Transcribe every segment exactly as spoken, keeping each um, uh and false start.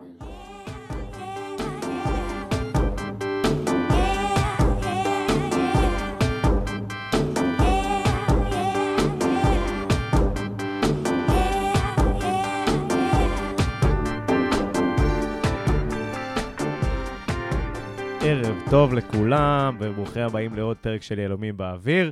ערב טוב לכולם, וברוכים הבאים לעוד פרק של ילומים באוויר.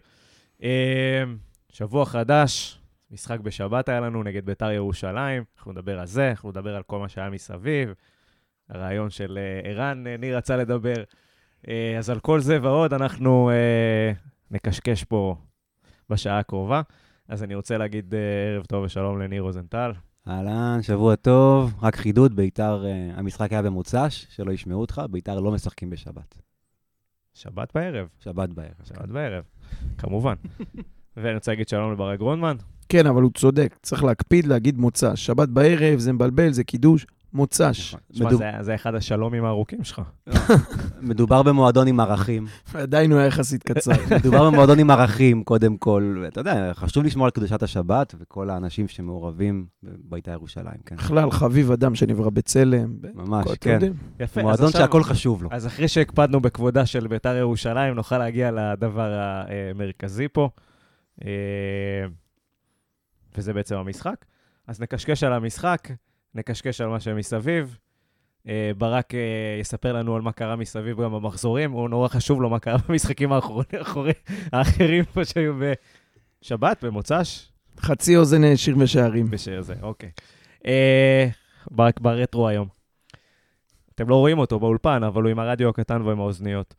שבוע חדש, משחק בשבת היה לנו נגד בית"ר ירושלים, אנחנו נדבר על זה, אנחנו נדבר על כל מה שהיה מסביב, הרעיון של ערן, ניר רצה לדבר, אז על כל זה ועוד אנחנו נקשקש פה בשעה הקרובה, אז אני רוצה להגיד ערב טוב ושלום לניר רוזנטל. אהלן, שבוע טוב, רק חידוד, בית"ר, המשחק היה במוצ"ש, שלא ישמעו אותך, בית"ר לא משחקים בשבת. שבת בערב. שבת בערב. שבת בערב, כמובן. ואני רוצה להגיד שלום לברק גרונדמן. כן, אבל הוא צודק, צריך להקפיד להגיד מוצ"ש. שבת בערב, זה מבלבל, זה קידוש, מוצ"ש. זה אחד השלומים הארוכים שלך. מדובר במועדון עם ערכים. עדיין הוא היה יחסית קצר. מדובר במועדון עם ערכים, קודם כל. אתה יודע, חשוב לשמור על קדושת השבת, וכל האנשים שמעורבים בבית"ר ירושלים. בכלל, חביב אדם שנברא בצלם. ממש, כן. יפה. מועדון שהכל חשוב לו. אז אחרי שהקפדנו בכבודה של בית"ר ירושלים, נוכל להגיע לדבר המרכזי פה. וזה בעצם המשחק. אז נקשקש על המשחק. נקשקש על מה שמסביב. ברק יספר לנו על מה קרה מסביב גם במחזורים. הוא נורא חשוב לו מה קרה במשחקים האחרים פה שהיו בשבת, במוצ"ש. חצי אוזן שיר ושערים. בשיר זה, אוקיי. ברק ברטרו היום. אתם לא רואים אותו באולפן, אבל הוא עם הרדיו הקטן ועם האוזניות.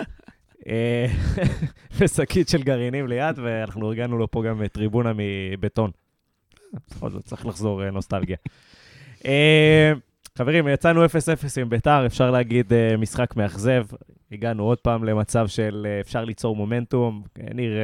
ושקית של גרעינים ליד, ואנחנו הרגענו לו פה גם טריבונה מבטון. צריך לחזור נוסטלגיה. חברים, יצאנו אפס אפס עם בית"ר, אפשר להגיד משחק מאכזב, הגענו עוד פעם למצב של אפשר ליצור מומנטום, ניר,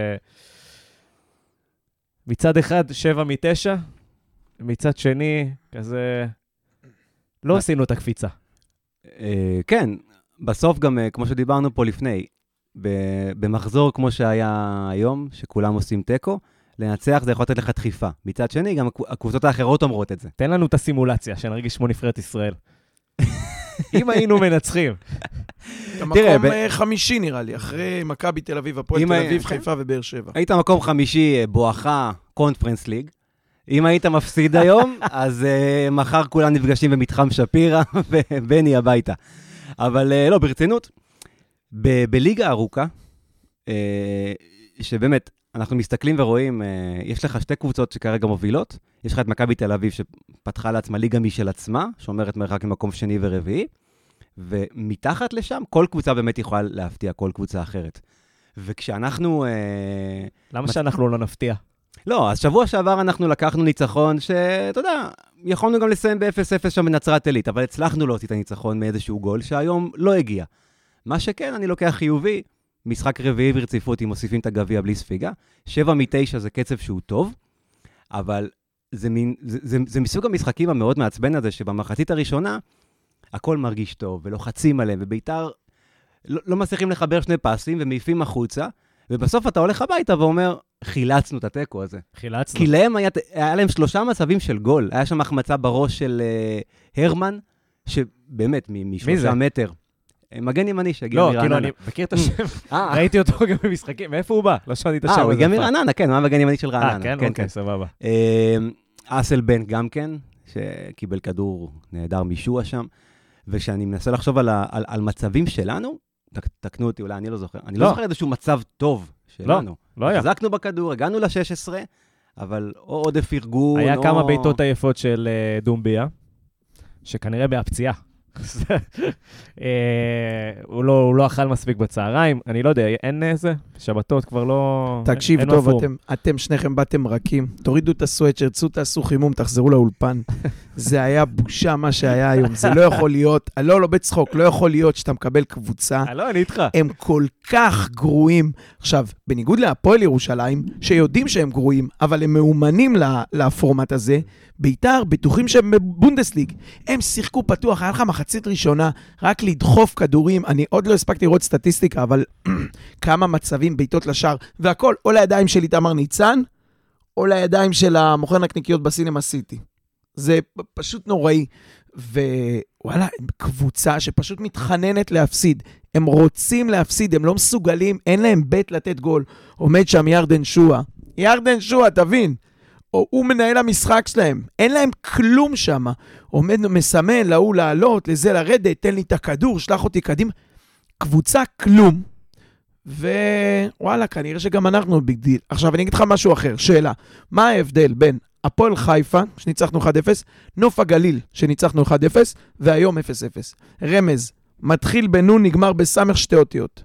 מצד אחד שבע מתשע, מצד שני כזה, לא עשינו את הקפיצה. כן, בסוף גם כמו שדיברנו פה לפני, במחזור כמו שהיה היום, שכולם עושים טקו, לנצח זה יכול לתת לך דחיפה. מצד שני, גם הקבוצות האחרות אומרות את זה. תן לנו את הסימולציה, שנרגיש כמו נבחרת ישראל. אם היינו מנצחים. המקום חמישי נראה לי, אחרי מכבי תל אביב, הפועל תל אביב, חיפה ובאר שבע. היית מקום חמישי בואכה קונפרנס ליג. אם היית מפסיד היום, אז מחר כולם נפגשים במתחם שפירה, ובני הביתה. אבל לא, ברצינות, בליגה ארוכה, שבאמת, אנחנו מסתכלים ורואים, יש לך שתי קבוצות שכרגע מובילות, יש לך את מכבי תל אביב שפתחה לעצמה ליגה משל עצמה, שאומרת מרחק למקום שני ורביעי, ומתחת לשם כל קבוצה באמת יכולה להפתיע כל קבוצה אחרת. וכשאנחנו... למה מת... שאנחנו לא נפתיע? לא, אז שבוע שעבר אנחנו לקחנו ניצחון שאתה יודע, יכולנו גם לסיים ב-אפס אפס שם בנצרת עילית, אבל הצלחנו להוציא את הניצחון מאיזשהו גול שהיום לא הגיע. מה שכן, אני לוקח חיובי, משחק רביעי ברציפות, אם מוסיפים את הגביע בלי ספיגה. שבע מתשע זה קצב שהוא טוב, אבל זה, מין, זה, זה, זה מסוג המשחקים המאוד מעצבן הזה, שבמחצית הראשונה, הכל מרגיש טוב, ולוחצים עליהם, ובית"ר לא, לא מצליחים לחבר שני פסים, ומעיפים החוצה, ובסוף אתה הולך הביתה ואומר, חילצנו את הטקו הזה. חילצנו. כי להם היה, היה להם שלושה מצבים של גול. היה שם החמצה בראש של uh, הרמן, שבאמת, משלושה מטר. מגן ימני שהגיע מרעננה. לא, כאילו אני מכיר את השם, ראיתי אותו גם במשחקים, מאיפה הוא בא? לא שמעתי את השם. אה, הוא הגיע מרעננה, כן, הוא היה מגן ימני של רעננה. אה, כן, אוקיי, סבבה. אסלבנק גם כן, שקיבל כדור נהדר משוע שם, וכשאני מנסה לחשוב על מצבים שלנו, תקנו אותי, אולי אני לא זוכר, אני לא זוכר איזשהו מצב טוב שלנו. לא היה. חזקנו בכדור, הגענו ל-שש עשרה, אבל או עודף ארגון, היה כמה בעיטות עייפות של דומביה, שכנראה בהפציעה. הוא לא הוא לא אכל מספיק בצהריים, אני לא יודע, אין איזה, שבתות כבר לא... תקשיב טוב, אתם, אתם שניכם באתם רכים, תורידו את הסוויצ'ר, צאו תעשו חימום, תחזרו לאולפן. זה היה בושה מה שהיה היום, זה לא יכול להיות, לא, לא בצחוק, לא יכול להיות שאתה מקבל קבוצה. לא, אני איתך. הם כל כך גרועים. עכשיו, בניגוד להפועל ירושלים, שיודעים שהם גרועים, אבל הם מאומנים לפורמט הזה, בית"ר בטוחים שהם בבונדסליג. הם שיחקו פתוח, היה לך מחצית ראשונה, רק לדחוף כדורים. אני עוד לא הספקתי לראות סטטיסטיקה, אבל כמה מצבים, בעיטות לשער, והכל, או לידיים של איתמר ניצן, או לידיים של המוכר נקניקיות בסינמה סיטי. זה פשוט נוראי. ווואלה, קבוצה שפשוט מתחננת להפסיד. הם רוצים להפסיד, הם לא מסוגלים, אין להם בית לתת גול. עומד שם ירדן שואה. ירדן שואה, תבין. או הוא מנהל המשחק שלהם. אין להם כלום שם. עומד, מסמן להוא לעלות, לזה לרדת, תן לי את הכדור, שלח אותי קדימה. קבוצה כלום. ווואלה, כנראה שגם אנחנו ביג דיל. עכשיו, אני אגיד לך משהו אחר. שאלה, מה ההבדל בין הפועל חיפה, שניצחנו אחד אפס, נוף הגליל, שניצחנו אחד אפס, והיום אפס אפס. רמז, מתחיל בנון, נגמר בסמך שתי אותיות.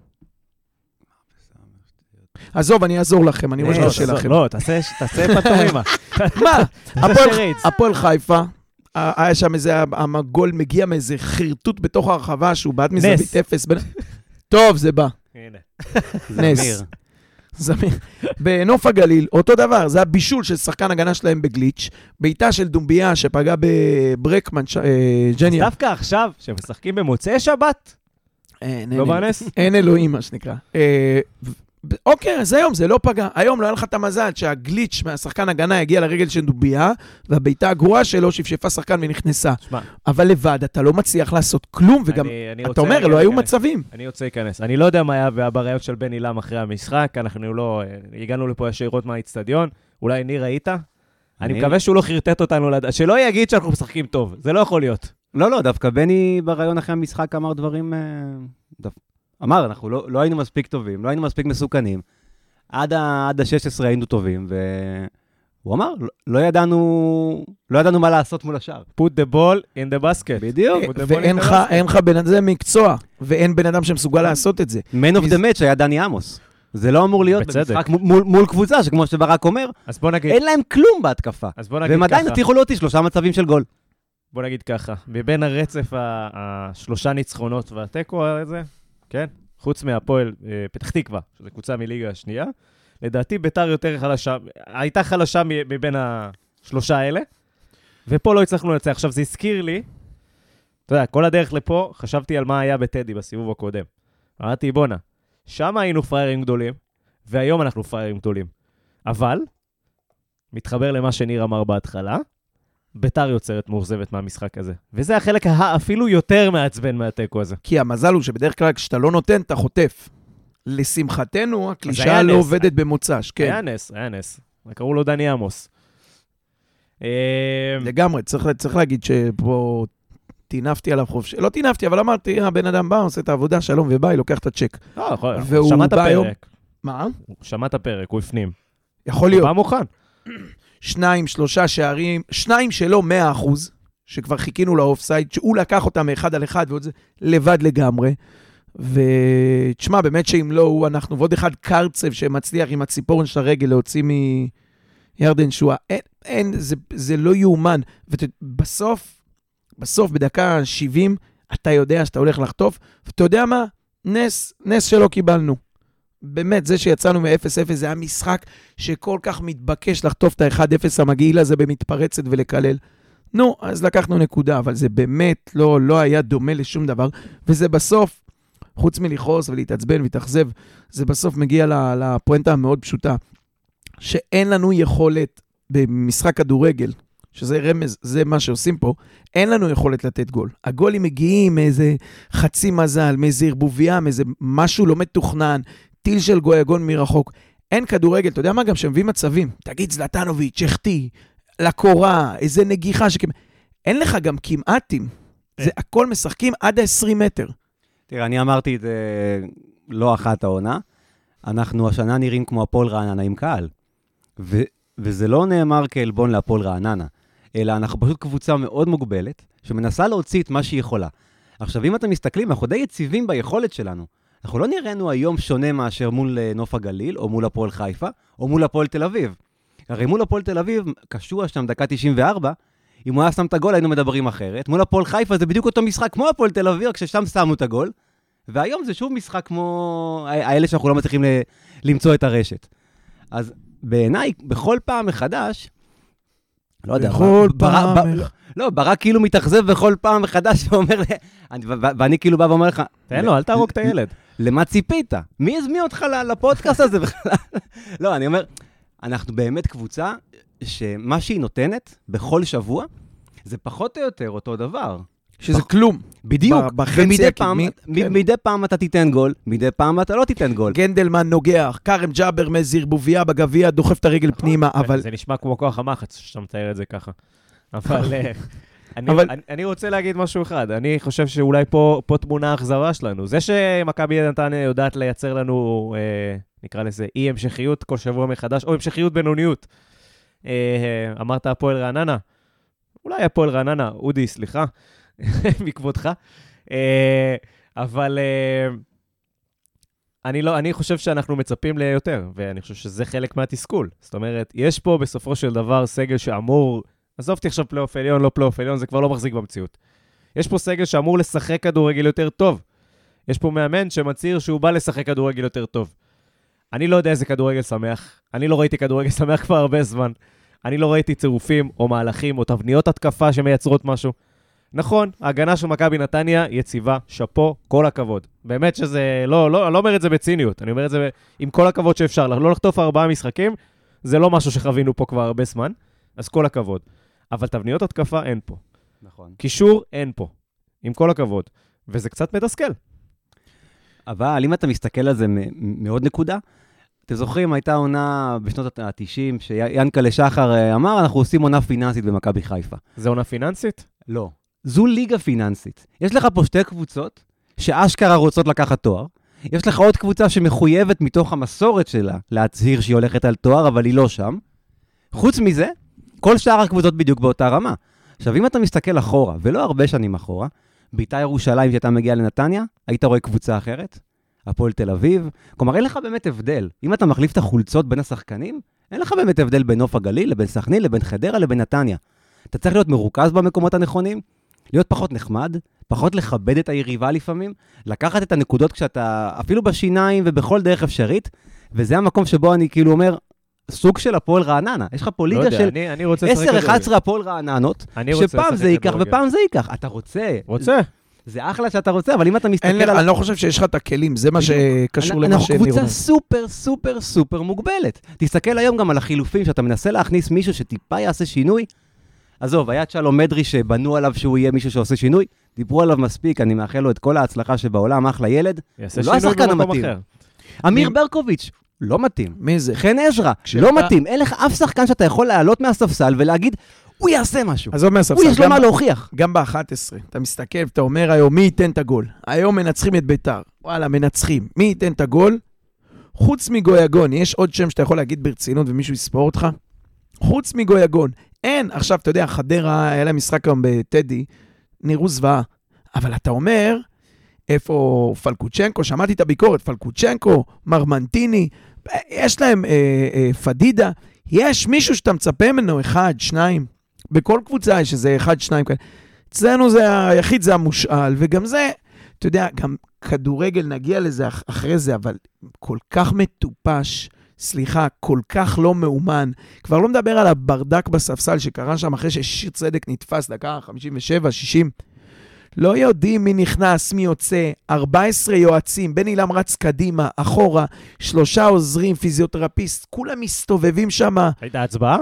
עזוב, אני אעזור לכם, אני רואה שקשה לכם. לא, תעשה פטורימה. מה? הפועל חיפה, היה שם איזה, הגול מגיע מאיזה חרטוט בתוך הרחבה, שהוא בעד מזווית אפס. טוב, זה בא. הנה. נס. זמיר. בנוף הגליל, אותו דבר, זה הבישול של שחקן הגנה שלהם בגליץ', בעיטה של דומביה שפגע בברקמן, ג'ניה. דווקא עכשיו, שמשחקים במוצאי שבת, לא בנס? אין אלוהים, מה שנקרא. אוקיי, אז היום זה לא פגע. היום לא היה לך את המזל שהגליץ' מהשחקן הגנה הגיע לרגל של דומביה, והבעיטה הגרועה שלו שפשפה שחקן ונכנסה. אבל לבד, אתה לא מצליח לעשות כלום, וגם, אתה אומר, לא היו מצבים. אני רוצה להיכנס. אני לא יודע מה היה ברעיון של בן אילם אחרי המשחק, אנחנו לא, הגענו לפה ישירות מהאצטדיון, אולי ניר ראית? אני מקווה שהוא לא חרטט אותנו, שלא יגיד שאנחנו משחקים טוב, זה לא יכול להיות. לא, לא, דווקא בני ברעיון אחרי המשחק אמר דברים... אמר, אנחנו לא, לא היינו מספיק טובים, לא היינו מספיק מסוכנים. עד ה-שש עשרה היינו טובים, והוא אמר, לא ידענו, לא ידענו מה לעשות מול השאר. Put the ball in the basket. בדיוק. ואין לך בן אדם, זה מקצוע, ואין בן אדם שמסוגל לעשות את זה. Man of the match היה דני עמוס. זה לא אמור להיות במשחק מול, מול קבוצה, שכמו שברק אומר, אז בוא נגיד, אין להם כלום בהתקפה. אז בוא נגיד והם ככה. עדיין הצליחו להוציא שלושה מצבים של גול. בוא נגיד ככה, מבין הרצף השלושה ניצחונות והטקו הזה, כן? חוץ מהפועל פתח תקווה, שזו קבוצה מליגה השנייה, לדעתי ביתר יותר חלשה, הייתה חלשה מבין השלושה האלה, ופה לא הצלחנו לצא. עכשיו זה הזכיר לי, אתה יודע, כל הדרך לפה חשבתי על מה היה בטדי בסיבוב הקודם. אמרתי, בונה, שם היינו פריירים גדולים, והיום אנחנו פריירים גדולים. אבל, מתחבר למה שניר אמר בהתחלה, ביתר יוצרת מאוכזבת מהמשחק הזה. וזה החלק אפילו יותר מעצבן מהטקו הזה. כי המזל הוא שבדרך כלל כשאתה לא נותן, אתה חוטף. לשמחתנו, הקלישה לא עובדת במוצ"ש. כן. היה נס, היה נס. קראו לו דני עמוס. לגמרי, צריך, צריך להגיד שפה תינפתי עליו חופשי. לא תינפתי, אבל אמרתי, הבן אדם בא, עושה את העבודה, שלום וביי, לוקח את הצ'ק. לא, שמע את הפרק. מה? שמע את הפרק, הוא הפנים. יכול להיות. הוא בא מוכן. שניים, שלושה שערים, שניים שלו מאה אחוז, שכבר חיכינו לאופסייד, שהוא לקח אותם מאחד על אחד, ועוד זה לבד לגמרי. ותשמע, באמת שאם לא הוא, אנחנו ועוד אחד קרצב שמצליח עם הציפורן של הרגל להוציא מירדן שואה. אין, אין, זה, זה לא יאומן. ובסוף, בסוף, בדקה שבעים, אתה יודע שאתה הולך לחטוף, ואתה יודע מה? נס, נס שלא קיבלנו. באמת, זה שיצאנו מ-אפס אפס, זה היה משחק שכל כך מתבקש לחטוף את ה-אחד אפס המגעיל הזה במתפרצת ולקלל. נו, אז לקחנו נקודה, אבל זה באמת לא, לא היה דומה לשום דבר, וזה בסוף, חוץ מלכעוס ולהתעצבן ולהתאכזב, זה בסוף מגיע לפואנטה המאוד פשוטה, שאין לנו יכולת במשחק כדורגל, שזה רמז, זה מה שעושים פה, אין לנו יכולת לתת גול. הגולים מגיעים מאיזה חצי מזל, מאיזה ערבוביה, מאיזה משהו לא מתוכנן, טיל של גויגון מרחוק. אין כדורגל, אתה יודע מה גם שמביא מצבים, תגיד זלטנוביץ', שכתי, לקורה, איזה נגיחה שכמ... אין לך גם כמעטים. זה הכל משחקים עד ה-עשרים מטר. תראה, אני אמרתי את זה לא אחת העונה. אנחנו השנה נראים כמו הפועל רעננה עם קהל. ו- וזה לא נאמר כעלבון להפועל רעננה, אלא אנחנו פשוט קבוצה מאוד מוגבלת, שמנסה להוציא את מה שהיא יכולה. עכשיו, אם אתם מסתכלים, אנחנו די יציבים ביכולת שלנו. אנחנו לא נראינו היום שונה מאשר מול נוף הגליל, או מול הפועל חיפה, או מול הפועל תל אביב. הרי מול הפועל תל אביב, קשוע שם דקה תשעים וארבע, אם הוא היה שם את הגול, היינו מדברים אחרת. מול הפועל חיפה זה בדיוק אותו משחק כמו הפועל תל אביב, כששם שמו את הגול. והיום זה שוב משחק כמו האלה שאנחנו לא מצליחים ל- למצוא את הרשת. אז בעיניי, בכל פעם מחדש, לא יודע, בכל בר, פעם... בר, בר, לא, ברק כאילו מתאכזב בכל פעם מחדש, ואומר, אני, ו- ואני כאילו בא ואומר לך, תן לו, אל תהרוג את הילד. למה ציפית? מי הזמין אותך לפודקאסט הזה בכלל? לא, אני אומר, אנחנו באמת קבוצה שמה שהיא נותנת בכל שבוע, זה פחות או יותר אותו דבר. שזה כלום. בדיוק. בחצי ומדי פעם, הקדמי, כן. מדי פעם אתה תיתן גול, מדי פעם אתה לא תיתן גול. גנדלמן נוגח, קרם ג'אבר מזיר בוביה בגביע, דוחף את הרגל פנימה, אבל... זה נשמע כמו כוח המחץ, שאתה מתאר את זה ככה. אבל... אני, אבל... אני, אני רוצה להגיד משהו אחד, אני חושב שאולי פה, פה תמונה האכזבה שלנו. זה שמכבי נתניה יודעת לייצר לנו, אה, נקרא לזה, אי המשכיות כל שבוע מחדש, או המשכיות בינוניות. אה, אמרת הפועל רעננה, אולי הפועל רעננה, אודי, סליחה, מכבודך. אה, אבל אה, אני, לא, אני חושב שאנחנו מצפים ליותר, ואני חושב שזה חלק מהתסכול. זאת אומרת, יש פה בסופו של דבר סגל שאמור... עזובתי עכשיו פלייאוף עליון, לא פלייאוף עליון, זה כבר לא מחזיק במציאות. יש פה סגל שאמור לשחק כדורגל יותר טוב. יש פה מאמן שמצהיר שהוא בא לשחק כדורגל יותר טוב. אני לא יודע איזה כדורגל שמח. אני לא ראיתי כדורגל שמח כבר הרבה זמן. אני לא ראיתי צירופים או מהלכים או תבניות התקפה שמייצרות משהו. נכון, ההגנה של מכבי נתניה יציבה, שפו, כל הכבוד. באמת שזה, לא, לא, אני לא אומר את זה בציניות, אני אומר את זה עם כל הכבוד שאפשר. לא לחטוף ארבעה משחקים, זה לא משהו שחווינו פה כבר הרבה זמן, אז כל הכבוד. אבל תבניות התקפה אין פה. נכון. קישור אין פה, עם כל הכבוד. וזה קצת מתסכל. אבל אם אתה מסתכל על זה מעוד נקודה, אתם זוכרים, הייתה עונה בשנות ה-תשעים, שיאנקלה שחר אמר, אנחנו עושים עונה פיננסית במכבי חיפה. זה עונה פיננסית? לא. זו ליגה פיננסית. יש לך פה שתי קבוצות שאשכרה רוצות לקחת תואר. יש לך עוד קבוצה שמחויבת מתוך המסורת שלה להצהיר שהיא הולכת על תואר, אבל היא לא שם. חוץ מזה, כל שאר הקבוצות בדיוק באותה רמה. עכשיו, אם אתה מסתכל אחורה, ולא הרבה שנים אחורה, בית"ר ירושלים שאתה מגיע לנתניה, היית רואה קבוצה אחרת, הפועל תל אביב. כלומר, אין לך באמת הבדל. אם אתה מחליף את החולצות בין השחקנים, אין לך באמת הבדל בין נוף הגליל, לבין סכנין, לבין חדרה, לבין נתניה. אתה צריך להיות מרוכז במקומות הנכונים, להיות פחות נחמד, פחות לכבד את היריבה לפעמים, לקחת את הנקודות כשאתה אפילו בשיניים ובכל דרך אפשרית, וזה המקום שבו אני כאילו אומר, סוג של הפועל רעננה. יש לך פה ליגה של עשר אחת עשרה הפועל רעננות, שפעם זה ייקח ופעם זה ייקח. אתה רוצה. רוצה. זה אחלה שאתה רוצה, אבל אם אתה מסתכל על... אני לא חושב שיש לך את הכלים, זה מה שקשור למה אנחנו שנראה. קבוצה סופר סופר סופר מוגבלת. תסתכל היום גם על החילופים, שאתה מנסה להכניס מישהו שטיפה יעשה שינוי. עזוב, היה צ'לום מדרי שבנו עליו שהוא יהיה מישהו שעושה שינוי, דיברו עליו מספיק, אני מאחל לו את כל ההצלחה שבעולם, אחלה ילד. הוא לא השחקן המתאים. אמיר ברקוביץ', לא מתאים. מי זה? חן עזרא, לא מתאים. אין לך אף שחקן שאתה יכול לעלות מהספסל ולהגיד, הוא יעשה משהו. עזוב מהספסל. הוא יש לו מה להוכיח. גם ב-אחת עשרה, אתה מסתכל, אתה אומר היום, מי ייתן את הגול? היום מנצחים את ביתר. וואלה, מנצחים. מי ייתן את הגול? חוץ מגויגון, יש עוד שם שאתה יכול להגיד ברצינות ומישהו יספור אותך? חוץ מגויגון. אין, עכשיו, אתה יודע, חדרה, היה להם משחק היום בטדי, נראו זוועה. אבל אתה אומר, איפה פלקוצ'נקו, שמעתי את הביקורת, פלקוצ'נקו, מרמנטיני, יש להם אה, אה, פדידה, יש מישהו שאתה מצפה ממנו, אחד, שניים, בכל קבוצה יש איזה אחד, שניים כאלה. אצלנו זה היחיד, זה המושאל, וגם זה, אתה יודע, גם כדורגל נגיע לזה אחרי זה, אבל כל כך מטופש, סליחה, כל כך לא מאומן. כבר לא מדבר על הברדק בספסל שקרה שם אחרי ששיר צדק נתפס דקה חמישים ושבע שישים. לא יודעים מי נכנס, מי יוצא, ארבעה עשר יועצים, בן אילם רץ קדימה, אחורה, שלושה עוזרים, פיזיותרפיסט, כולם מסתובבים שם. הייתה הצבעה?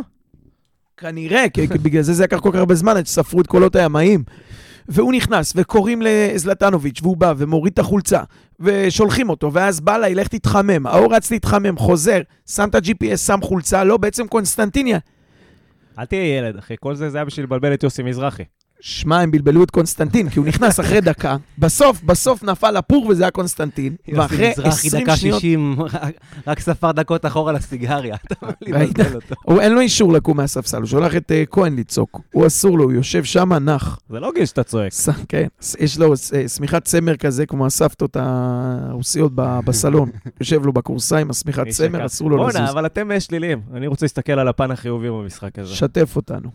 כנראה, כי בגלל זה זה לקח כל כך הרבה זמן, עד שספרו את קולות הימאים. והוא נכנס, וקוראים לזלטנוביץ', והוא בא ומוריד את החולצה, ושולחים אותו, ואז בא לה, ילך תתחמם, האור רץ להתחמם, חוזר, שם את ה-ג'י פי אס, שם חולצה, לא, בעצם קונסטנטיניה. אל תהיה ילד, אחי, כל זה זה היה בשביל לבלבל את יוסי מזרחי. שמע, הם בלבלו את קונסטנטין, כי הוא נכנס אחרי דקה, בסוף, בסוף נפל הפור וזה היה קונסטנטין, ואחרי עשרים שניות... שישים, רק ספר דקות אחורה לסיגריה, אתה אומר לי לבלבל אותו. הוא אין לו אישור לקום מהספסל, הוא שולח את כהן לצעוק, הוא אסור לו, הוא יושב שם, נח. זה לא גיל שאתה צועק. כן, יש לו סמיכת צמר כזה, כמו הסבתות הרוסיות בסלון, יושב לו בקורסה עם הסמיכת צמר, אסור לו לזוז. בונה, אבל אתם שליליים, אני רוצה להסתכל על הפן החיובי במשחק הזה. שתף אותנו.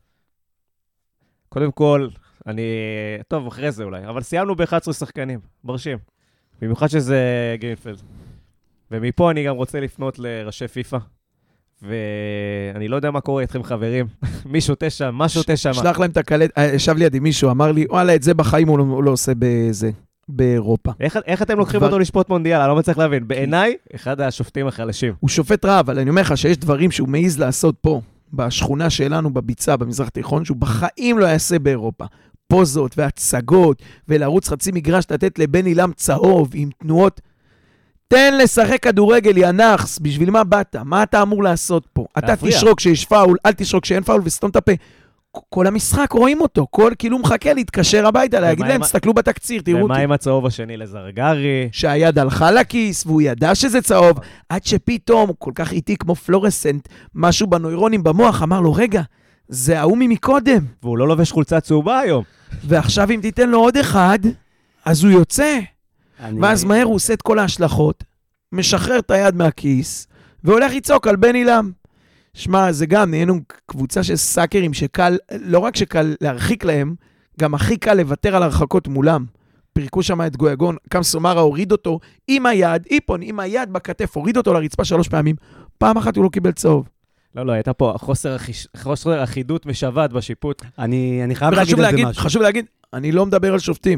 קודם כל, אני... טוב, אחרי זה אולי, אבל סיימנו ב-אחד עשר שחקנים, ברשים. במיוחד שזה גרינפלד. ומפה אני גם רוצה לפנות לראשי פיפה, ואני לא יודע מה קורה איתכם חברים. מי שותה שם? מה שותה שם? שלח להם את הקלט, ישב לידי מישהו, אמר לי, וואלה, את זה בחיים הוא לא, הוא לא עושה בזה, באירופה. איך, איך אתם לוקחים דבר... אותו לשפוט מונדיאל? אני לא מצליח להבין. בעיניי, אחד השופטים החלשים. הוא שופט רע, אבל אני אומר לך שיש דברים שהוא מעיז לעשות פה. בשכונה שלנו, בביצה, במזרח תיכון, שהוא בחיים לא יעשה באירופה. פוזות והצגות, ולרוץ חצי מגרש, לתת לבן אילם צהוב עם תנועות. תן לשחק כדורגל, ינחס, בשביל מה באת? מה אתה אמור לעשות פה? אתה תשרוק שיש פאול, אל תשרוק שאין פאול, וסתום את הפה. כל המשחק רואים אותו, כל כאילו מחכה להתקשר הביתה, להגיד להם, תסתכלו בתקציר, תראו אותי. ומה עם הצהוב השני לזרגרי? שהיד הלכה לכיס, והוא ידע שזה צהוב, עד שפתאום, כל כך איטי כמו פלורסנט, משהו בנוירונים במוח, אמר לו, רגע, זה האומי מקודם. והוא לא לובש חולצה צהובה היום. ועכשיו אם תיתן לו עוד אחד, אז הוא יוצא. אני... ואז מהר הוא עושה את כל ההשלכות, משחרר את היד מהכיס, והולך לצעוק על בן אילם. שמע, זה גם, נהיינו קבוצה של סאקרים שקל, לא רק שקל להרחיק להם, גם הכי קל לוותר על הרחקות מולם. פרקו שם את גויגון, קם סומרה, הוריד אותו עם היד, איפון, עם היד בכתף, הוריד אותו לרצפה שלוש פעמים. פעם אחת הוא לא קיבל צהוב. לא, לא, הייתה פה חוסר, אחיש... חוסר אחידות משוועת בשיפוט. אני, אני חייב להגיד על זה משהו. חשוב להגיד, אני לא מדבר על שופטים.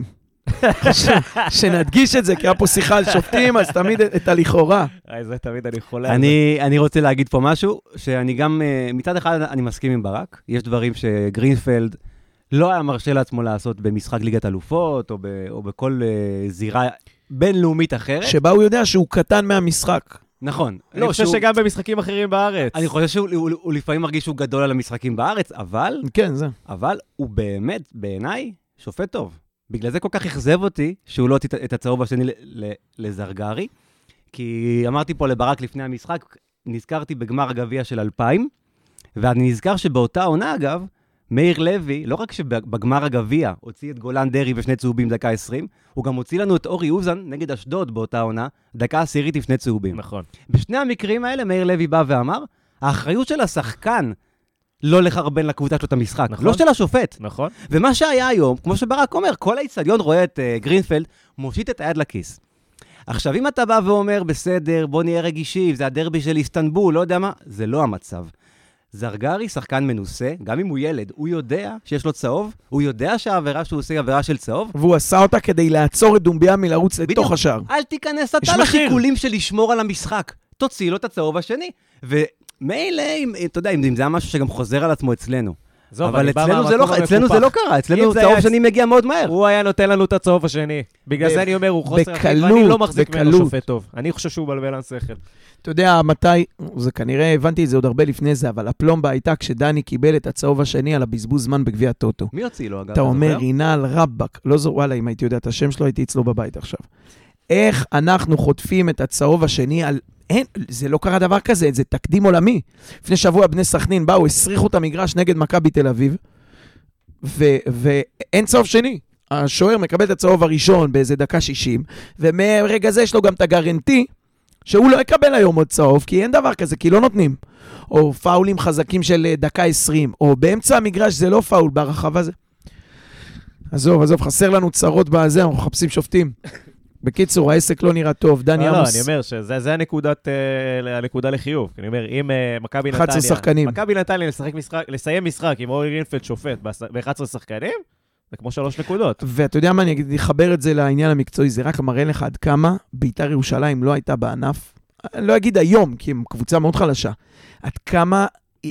שנדגיש את זה, כי היה פה שיחה על שופטים, אז תמיד את הלכאורה. זה תמיד אני חולה. אני, אני רוצה להגיד פה משהו, שאני גם, מצד אחד אני מסכים עם ברק, יש דברים שגרינפלד לא היה מרשה לעצמו לעשות במשחק ליגת אלופות, או, ב, או בכל זירה בינלאומית אחרת. שבה הוא יודע שהוא קטן מהמשחק. נכון. אני לא, חושב שהוא... שגם במשחקים אחרים בארץ. אני חושב שהוא הוא, הוא לפעמים מרגיש שהוא גדול על המשחקים בארץ, אבל... כן, זה. אבל הוא באמת, בעיניי, שופט טוב. בגלל זה כל כך אכזב אותי שהוא לא את הצהוב השני לזרגרי, כי אמרתי פה לברק לפני המשחק, נזכרתי בגמר הגביע של אלפיים, ואני נזכר שבאותה עונה, אגב, מאיר לוי, לא רק שבגמר הגביע הוציא את גולן דרי בשני צהובים דקה עשרים, הוא גם הוציא לנו את אורי אוזן נגד אשדוד באותה עונה, דקה עשירית לפני צהובים. נכון. בשני המקרים האלה, מאיר לוי בא ואמר, האחריות של השחקן לא לחרבן לקבוצה שלו את המשחק, נכון? לא של השופט. נכון. ומה שהיה היום, כמו שברק אומר, כל האיצטדיון רואה את uh, גרינפלד, מושיט את היד לכיס. עכשיו, אם אתה בא ואומר, בסדר, בוא נהיה רגישים, זה הדרבי של איסטנבול, לא יודע מה, זה לא המצב. זרגרי, שחקן מנוסה, גם אם הוא ילד, הוא יודע שיש לו צהוב, הוא יודע שהעבירה שהוא עושה היא עבירה של צהוב. והוא עשה אותה כדי לעצור את דומביה מלרוץ לתוך השער. אל תיכנס אתה לשיקולים של לשמור על המשחק. תוציא לו את הצהוב השני. ומילא, אתה יודע, אם זה היה משהו שגם חוזר על עצמו אצלנו. אבל אצלנו זה, לא, אצלנו זה לא קרה, אצלנו צהוב שני מגיע מאוד מהר. הוא היה נותן לנו את הצהוב השני. בגלל זה אני אומר, הוא חוסר אחרי, ואני לא מחזיק ממנו שופט טוב. אני חושב שהוא בלבל על שכל. אתה יודע, מתי, זה כנראה, הבנתי את זה עוד הרבה לפני זה, אבל הפלומבה הייתה כשדני קיבל את הצהוב השני על הבזבוז זמן בגביע הטוטו. מי הוציא לו, אגב? אתה אומר, רינל רבק, לא זו, וואלה, אם הייתי יודע את השם שלו, הייתי אצלו בבית עכשיו. איך אנחנו חוטפים את הצהוב השני על... אין, זה לא קרה דבר כזה, זה תקדים עולמי. לפני שבוע בני סכנין באו, הסריחו את המגרש נגד מכבי תל אביב, ו- ואין צהוב שני. השוער מקבל את הצהוב הראשון באיזה דקה שישים, ומרגע זה יש לו גם את הגרנטי, שהוא לא יקבל היום עוד צהוב, כי אין דבר כזה, כי לא נותנים. או פאולים חזקים של דקה עשרים, או באמצע המגרש זה לא פאול, ברחבה זה. עזוב, עזוב, חסר לנו צרות בזה, אנחנו מחפשים שופטים. בקיצור, העסק לא נראה טוב, דני עמוס. לא, אני אומר שזה הנקודת, הנקודה לחיוב. אני אומר, אם מכבי נתניה... אחד עשר שחקנים. מכבי נתניה לסיים משחק עם אורי גרינפלד שופט ב-אחד עשר שחקנים, זה כמו שלוש נקודות. ואתה יודע מה, אני אחבר את זה לעניין המקצועי, זה רק מראה לך עד כמה בית"ר ירושלים לא הייתה בענף, אני לא אגיד היום, כי הם קבוצה מאוד חלשה, עד כמה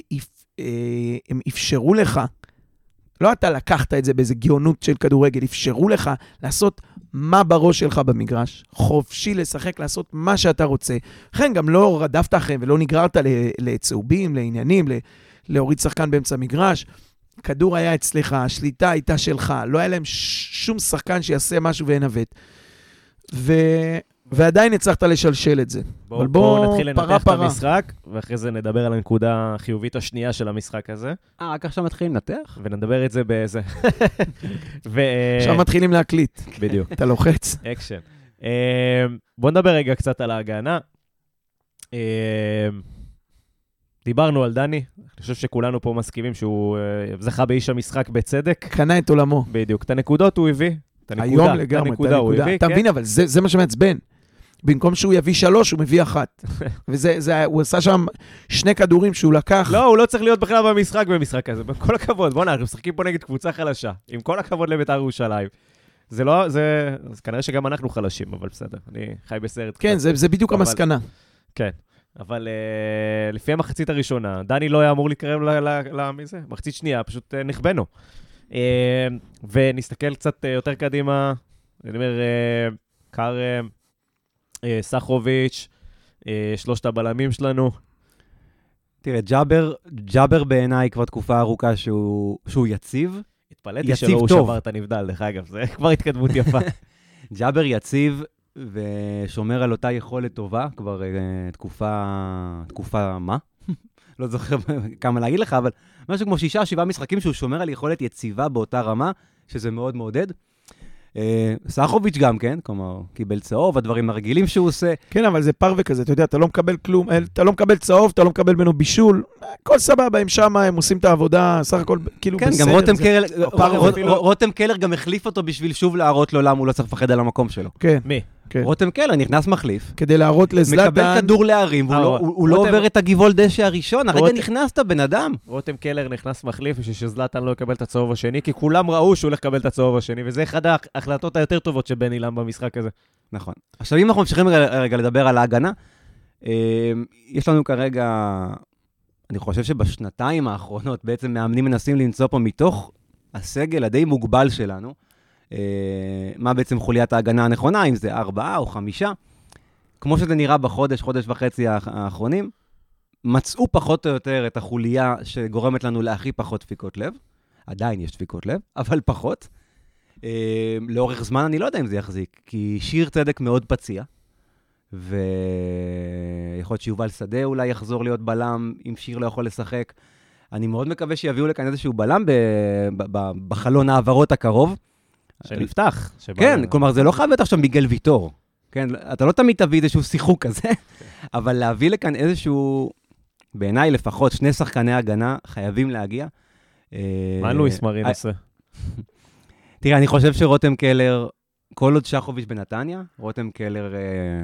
הם אפשרו לך, לא אתה לקחת את זה באיזה גאונות של כדורגל, אפשרו לך לעשות מה בראש שלך במגרש, חופשי לשחק, לעשות מה שאתה רוצה. לכן גם לא רדפת אחריהם ולא נגררת לצהובים, לעניינים, להוריד שחקן באמצע מגרש. כדור היה אצלך, השליטה הייתה שלך, לא היה להם שום שחקן שיעשה משהו וינווט. ו... ועדיין הצלחת לשלשל את זה. בואו בוא, בוא נתחיל לנתח את המשחק, ואחרי זה נדבר על הנקודה החיובית השנייה של המשחק הזה. אה, רק עכשיו מתחילים לנתח? ונדבר את זה באיזה... ו... עכשיו מתחילים להקליט. בדיוק. אתה לוחץ. אקשן. בואו נדבר רגע קצת על ההגנה. דיברנו על דני, אני חושב שכולנו פה מסכימים שהוא זכה באיש המשחק בצדק. קנה את עולמו. בדיוק, את הנקודות הוא הביא. היום לגמרי, את הנקודה. אתה מבין, אבל זה מה שמעצבן. במקום שהוא יביא שלוש, הוא מביא אחת. וזה, הוא עשה שם שני כדורים שהוא לקח. לא, הוא לא צריך להיות בכלל במשחק במשחק הזה. בכל הכבוד, בוא נע, אנחנו משחקים פה נגד קבוצה חלשה. עם כל הכבוד לבית"ר ירושלים. זה לא, זה, כנראה שגם אנחנו חלשים, אבל בסדר. אני חי בסרט. כן, זה בדיוק המסקנה. כן. אבל uh, לפי המחצית הראשונה, דני לא היה אמור להתקרב למזה, מחצית שנייה, פשוט uh, נכבנו. Uh, ונסתכל קצת uh, יותר קדימה, אני אומר, uh, קר uh, uh, סחרוביץ', uh, שלושת הבלמים שלנו. תראה, ג'אבר, ג'אבר בעיניי כבר תקופה ארוכה שהוא, שהוא יציב. התפלאתי שלא הוא שבר את הנבדל, דרך אגב, זה כבר התקדמות יפה. ג'אבר יציב ושומר על אותה יכולת טובה, כבר uh, תקופה, תקופה מה? לא זוכר כמה להגיד לך, אבל משהו כמו שישה, שבעה משחקים שהוא שומר על יכולת יציבה באותה רמה, שזה מאוד מעודד. סחוביץ' גם כן, כלומר, קיבל צהוב, הדברים הרגילים שהוא עושה. כן, אבל זה פרווה כזה, אתה יודע, אתה לא מקבל כלום, אתה לא מקבל צהוב, אתה לא מקבל ממנו בישול, הכל סבבה, הם שם, הם עושים את העבודה, סך הכל כאילו בסדר. כן, גם רותם קלר, רותם קלר גם החליף אותו בשביל שוב להראות לו למה הוא לא צריך לפחד על המקום שלו. כן. מי? רותם קלר נכנס מחליף. כדי להראות לזלאטן. מקבל כדור להרים, הוא לא עובר את הגיבול דשא הראשון, הרגע נכנסת בן אדם. רותם קלר נכנס מחליף בשביל שזלאטן לא יקבל את הצהוב השני, כי כולם ראו שהוא הולך לקבל את הצהוב השני, וזה אחד ההחלטות היותר טובות של בן אילם במשחק הזה. נכון. עכשיו, אם אנחנו ממשיכים רגע לדבר על ההגנה, יש לנו כרגע, אני חושב שבשנתיים האחרונות, בעצם מאמנים מנסים למצוא פה מתוך הסגל הדי מוגבל שלנו, מה בעצם חוליית ההגנה הנכונה, אם זה ארבעה או חמישה. כמו שזה נראה בחודש, חודש וחצי האחרונים, מצאו פחות או יותר את החוליה שגורמת לנו להכי פחות דפיקות לב. עדיין יש דפיקות לב, אבל פחות. לאורך זמן אני לא יודע אם זה יחזיק, כי שיר צדק מאוד פציע, ויכול להיות שיובל שדה אולי יחזור להיות בלם, אם שיר לא יכול לשחק. אני מאוד מקווה שיביאו לכאן איזשהו בלם בחלון העברות הקרוב, שנפתח. כן, כלומר, זה לא חייב להיות עכשיו מיגל ויטור. כן, אתה לא תמיד תביא איזשהו שיחוק כזה, אבל להביא לכאן איזשהו, בעיניי לפחות, שני שחקני הגנה חייבים להגיע. מה לואיס מרין עושה? תראה, אני חושב שרותם קלר, כל עוד שחוביץ' בנתניה, רותם קלר,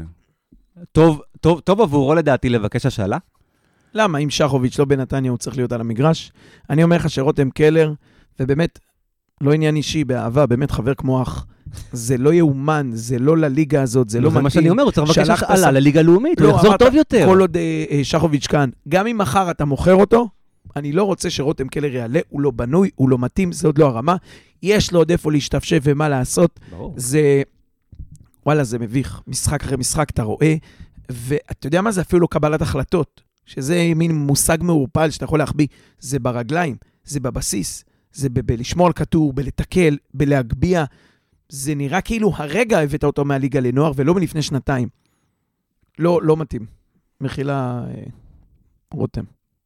טוב עבורו לדעתי לבקש השאלה. למה? אם שחוביץ' לא בנתניה, הוא צריך להיות על המגרש. אני אומר לך שרותם קלר, ובאמת, לא עניין אישי, באהבה, באמת חבר כמו אח. זה לא יאומן, זה לא לליגה הזאת, זה לא מתאים. זה מה שאני אומר, הוא צריך לבקש השאלה לליגה לאומית, הוא יחזור טוב יותר. כל עוד שחוביץ' כאן, גם אם מחר אתה מוכר אותו, אני לא רוצה שרותם קלר יעלה, הוא לא בנוי, הוא לא מתאים, זה עוד לא הרמה. יש לו עוד איפה להשתפשף ומה לעשות. זה, וואלה, זה מביך. משחק אחרי משחק אתה רואה, ואתה יודע מה זה? אפילו לא קבלת החלטות, שזה מין מושג מעורפל שאתה יכול להחביא. זה ברגליים, זה בבסיס, זה בלשמור על כתור, בלתקל, בלהגביע. זה נראה כאילו הרגע הבאת אותו מהליגה לנוער, ולא מלפני שנתיים. לא, לא מתאים. מחילה, אה, רותם.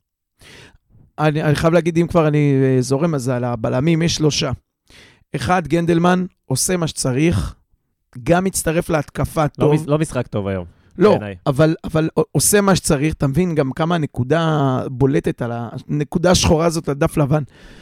אני, אני חייב להגיד, אם כבר אני אה, זורם, אז על הבלמים יש שלושה. אחד, גנדלמן, עושה מה שצריך, גם מצטרף להתקפה טוב. לא, לא משחק טוב היום. לא, אבל, אבל עושה מה שצריך, אתה מבין גם כמה הנקודה בולטת על הנקודה השחורה הזאת, הדף לבן.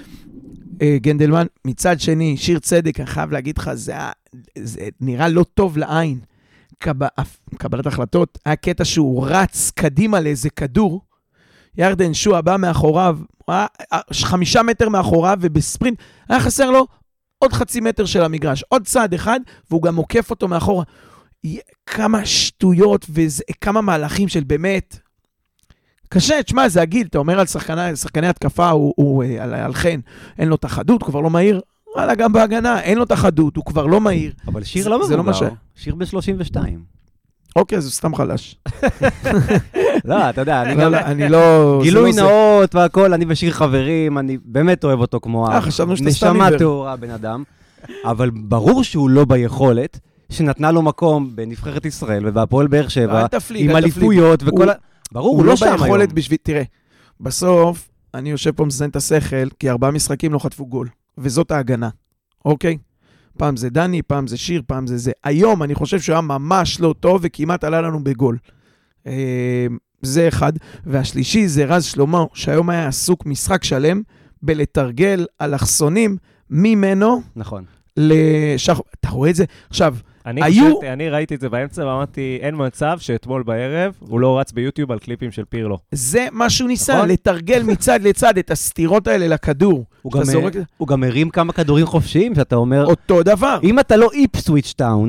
גנדלמן, מצד שני, שיר צדק, אני חייב להגיד לך, זה, זה נראה לא טוב לעין. קבל, קבלת החלטות, היה קטע שהוא רץ קדימה לאיזה כדור, ירדן שועה בא מאחוריו, חמישה מטר מאחוריו, ובספרינט, היה חסר לו עוד חצי מטר של המגרש, עוד צעד אחד, והוא גם מוקף אותו מאחורה. כמה שטויות וכמה מהלכים של באמת, קשה, תשמע, זה הגיל, אתה אומר על שחקני, שחקני התקפה, הוא, הוא על, על חן, אין לו תחדות, הוא כבר לא מהיר, וואלה, גם בהגנה, אין לו תחדות, הוא כבר לא מהיר. אבל שיר לא מבוגר, לא שיר ב-שלושים ושתיים. אוקיי, זה סתם חלש. לא, אתה יודע, אני לא, גם... לא, אני לא... גילוי נאות והכל, אני ושיר חברים, אני באמת אוהב אותו כמו... אה, חשבנו שאתה סתם נשמה תאורה, בן אדם, אבל ברור שהוא לא ביכולת, שנתנה לו מקום בנבחרת ישראל ובהפועל באר שבע, עם אליפויות וכל ה... ברור, הוא לא שם היום. הוא לא ביכולת בשביל... תראה, בסוף, אני יושב פה מזיין את השכל, כי ארבעה משחקים לא חטפו גול, וזאת ההגנה, אוקיי? פעם זה דני, פעם זה שיר, פעם זה זה. היום אני חושב שהוא היה ממש לא טוב, וכמעט עלה לנו בגול. זה אחד. והשלישי זה רז שלמה, שהיום היה עסוק משחק שלם, בלתרגל אלכסונים ממנו. נכון. לשח... אתה רואה את זה? עכשיו, אני, היו... חושבתי, אני ראיתי את זה באמצע ואמרתי, אין מצב שאתמול בערב הוא לא רץ ביוטיוב על קליפים של פירלו. זה מה שהוא ניסה, נכון? לתרגל מצד לצד את הסתירות האלה לכדור. הוא גם, זורק... הוא גם הרים כמה כדורים חופשיים, שאתה אומר... אותו דבר. אם אתה לא איפסוויץ' טאון,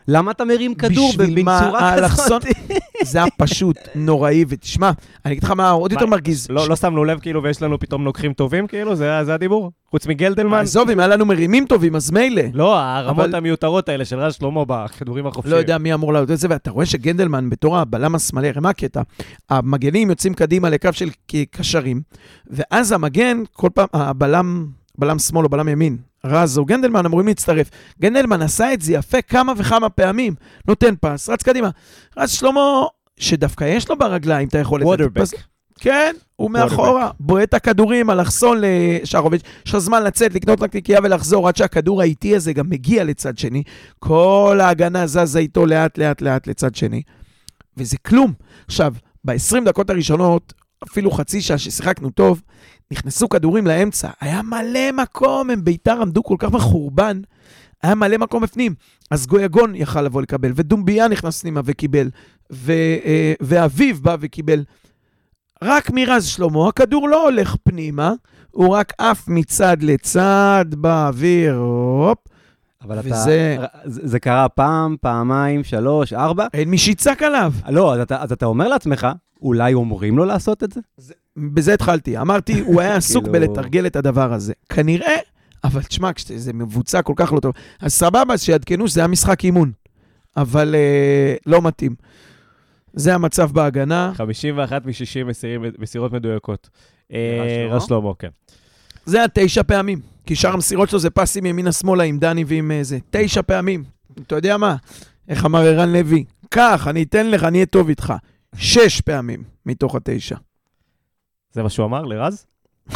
למה אתה מרים כדור בשביל מה בצורה האלכסון? כזאת? זה היה פשוט נוראי, ותשמע, אני אגיד לך מה עוד יותר מרגיז. לא, לא שמנו לב כאילו, ויש לנו פתאום נוקחים טובים כאילו, זה, זה הדיבור. חוץ מגלדלמן. עזוב, אם היה לנו מרימים טובים, אז מילא. לא, הרמות אבל... המיותרות האלה של רז שלמה בכדורים החופשיים. לא יודע מי אמור לעלות את זה, ואתה רואה שגנדלמן בתור הבלם השמאלי, הרי מה הקטע? המגנים יוצאים קדימה לקו של קשרים, ואז המגן, כל פעם, הבלם, בלם שמאל או בלם ימין, רז או גנדלמן אמורים להצטרף. גנדלמן עשה את זה יפה כמה וכמה פעמים, נותן פס, רץ קדימה. רז שלמה, שדווקא יש לו ברגליים, אתה יכול... ווטרבק. כן, הוא מאחורה, בועט הכדורים, אלכסון לשארוביץ', יש לך זמן לצאת, לקנות נקניקייה ולחזור, עד שהכדור האיטי הזה גם מגיע לצד שני, כל ההגנה זזה איתו לאט לאט לאט לצד שני, וזה כלום. עכשיו, ב-עשרים דקות הראשונות, אפילו חצי שעה ששיחקנו טוב, נכנסו כדורים לאמצע, היה מלא מקום, הם ביתר עמדו כל כך מחורבן, היה מלא מקום בפנים, אז גויגון יכל לבוא לקבל, ודומביה נכנס פנימה וקיבל, ו- ואביב בא וקיבל, רק מרז שלמה, הכדור לא הולך פנימה, הוא רק עף מצד לצד, באוויר, הופ. אבל וזה... אתה, זה קרה פעם, פעמיים, שלוש, ארבע. אין מי שיצק עליו. לא, אז אתה, אז אתה אומר לעצמך, אולי אומרים לו לעשות את זה? זה, בזה התחלתי. אמרתי, הוא היה עסוק בלתרגל את הדבר הזה. כנראה, אבל תשמע, כשזה מבוצע כל כך לא טוב. אז סבבה, שיעדכנו שזה היה משחק אימון. אבל אה, לא מתאים. זה המצב בהגנה. חמישים ואחת מ-שישים מסירות מדויקות. רז שלמה, כן. זה התשע פעמים. כי שאר המסירות שלו זה פסים ימינה שמאלה עם דני ועם זה. תשע פעמים. אתה יודע מה? איך אמר ערן לוי? כך, אני אתן לך, אני אהיה טוב איתך. שש פעמים מתוך התשע. זה מה שהוא אמר לרז?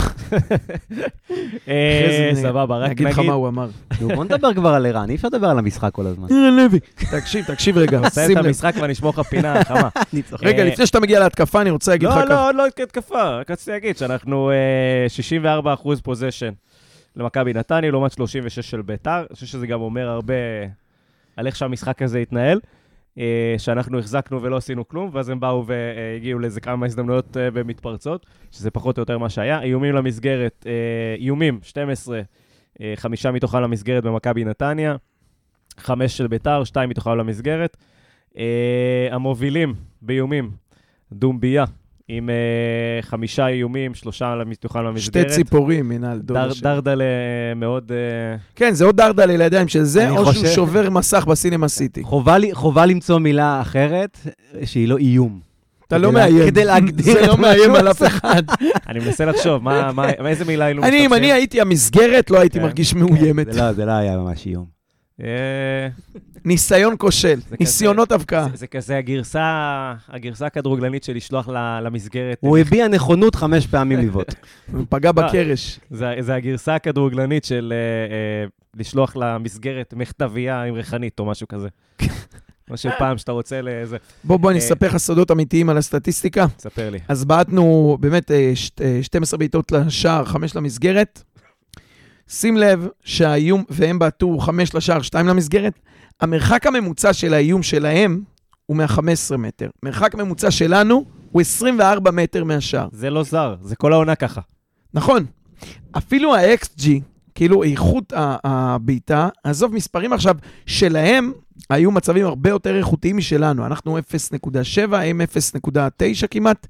סבבה, רק נגיד לך מה הוא אמר. בוא נדבר כבר על ערן, אי אפשר לדבר על המשחק כל הזמן. ערן לוי. תקשיב, תקשיב רגע. עושה את המשחק ואני אשמור לך פינה, חמה. רגע, לפני שאתה מגיע להתקפה, אני רוצה להגיד לך לא, כך. לא, עוד לא התקפה. רק רציתי להגיד שאנחנו שישים וארבעה אחוז פוזיישן למכבי נתניה, לעומת שלושים ושש של ביתר. אני חושב שזה גם אומר הרבה על איך שהמשחק הזה התנהל. שאנחנו החזקנו ולא עשינו כלום, ואז הם באו והגיעו לאיזה כמה הזדמנויות במתפרצות, שזה פחות או יותר מה שהיה. איומים למסגרת, איומים, שתים עשרה, חמישה מתוכם למסגרת במכבי נתניה, חמש של ביתר, שתיים מתוכם למסגרת. המובילים באיומים, דומביה, עם uh, חמישה איומים, שלושה מתוכם למסגרת. שתי ציפורים, מנהל דוד דר, השם. דרדלה מאוד... Uh... כן, זה עוד דרדלה לידיים של זה, או חושב... שהוא שובר מסך בסינמה סיטי. חובה, חובה למצוא מילה אחרת, שהיא לא איום. אתה לא מאיים. כדי להגדיר זה לא מאיים על אף אחד. אני מנסה לחשוב, מה, מה, איזה מילה היינו משתמשים? אני, אם אני הייתי המסגרת, לא הייתי מרגיש מאוימת. זה לא, זה לא היה ממש איום. ניסיון כושל, ניסיונות אבקה. זה כזה הגרסה, הגרסה הכדורגלנית של לשלוח למסגרת. הוא הביע נכונות חמש פעמים לבעוט. הוא פגע בקרש. זה הגרסה הכדורגלנית של לשלוח למסגרת מכתבייה עם ריחנית או משהו כזה. משהו פעם שאתה רוצה לאיזה... בוא, בוא, אני אספר לך סודות אמיתיים על הסטטיסטיקה. ספר לי. אז בעטנו באמת שתים עשרה בעיטות לשער, חמש למסגרת. שים לב שהאיום, והם בעטו חמש לשער, שתיים למסגרת, המרחק הממוצע של האיום שלהם הוא מה-חמישה עשר מטר. מרחק ממוצע שלנו הוא עשרים וארבעה מטר מהשער. זה לא זר, זה כל העונה ככה. נכון. אפילו ה-אקס ג'י, כאילו איכות הביתה, עזוב מספרים עכשיו, שלהם היו מצבים הרבה יותר איכותיים משלנו. אנחנו אפס נקודה שבע, הם אפס נקודה תשע כמעט.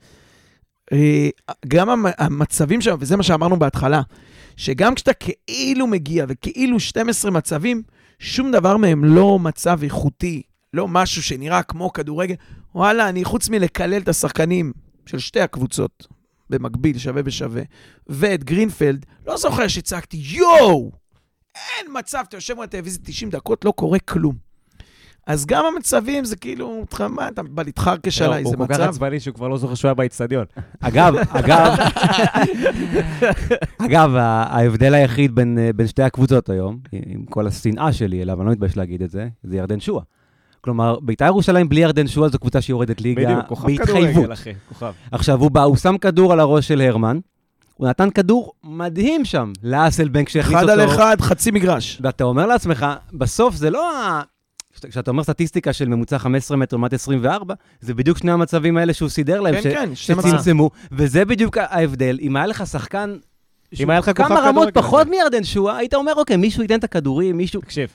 גם המצבים שם, וזה מה שאמרנו בהתחלה, שגם כשאתה כאילו מגיע וכאילו שתים עשרה מצבים, שום דבר מהם לא מצב איכותי, לא משהו שנראה כמו כדורגל. וואלה, אני חוץ מלקלל את השחקנים של שתי הקבוצות, במקביל, שווה בשווה, ואת גרינפלד, לא זוכר שצעקתי, יואו! אין מצב, אתה יושב בטלוויזיה תשעים דקות, לא קורה כלום. אז גם המצבים זה כאילו, מה, אתה בא להתחרקש עליי, זה מצב. הוא כל כך עצבני שהוא כבר לא זוכר שהוא היה באצטדיון. אגב, אגב, אגב, ההבדל היחיד בין, בין שתי הקבוצות היום, עם כל השנאה שלי אליו, אני לא מתבייש להגיד את זה, זה ירדן שועה. כלומר, בית"ר ירושלים בלי ירדן שועה זו קבוצה שיורדת ליגה בהתחייבות. עכשיו, הוא בא, הוא שם כדור על הראש של הרמן, הוא נתן כדור מדהים שם, לאסלבנק שהכניס אותו. אחד על אחד, חצי מגרש. ואתה אומר לעצמך, בסוף זה לא ה... כשאתה אומר סטטיסטיקה של ממוצע חמש עשרה מטר לעומת עשרים וארבע, זה בדיוק שני המצבים האלה שהוא סידר להם, שצמצמו, וזה בדיוק ההבדל. אם היה לך שחקן, כמה רמות פחות מירדן שועה, היית אומר, אוקיי, מישהו ייתן את הכדורים, מישהו... תקשיב,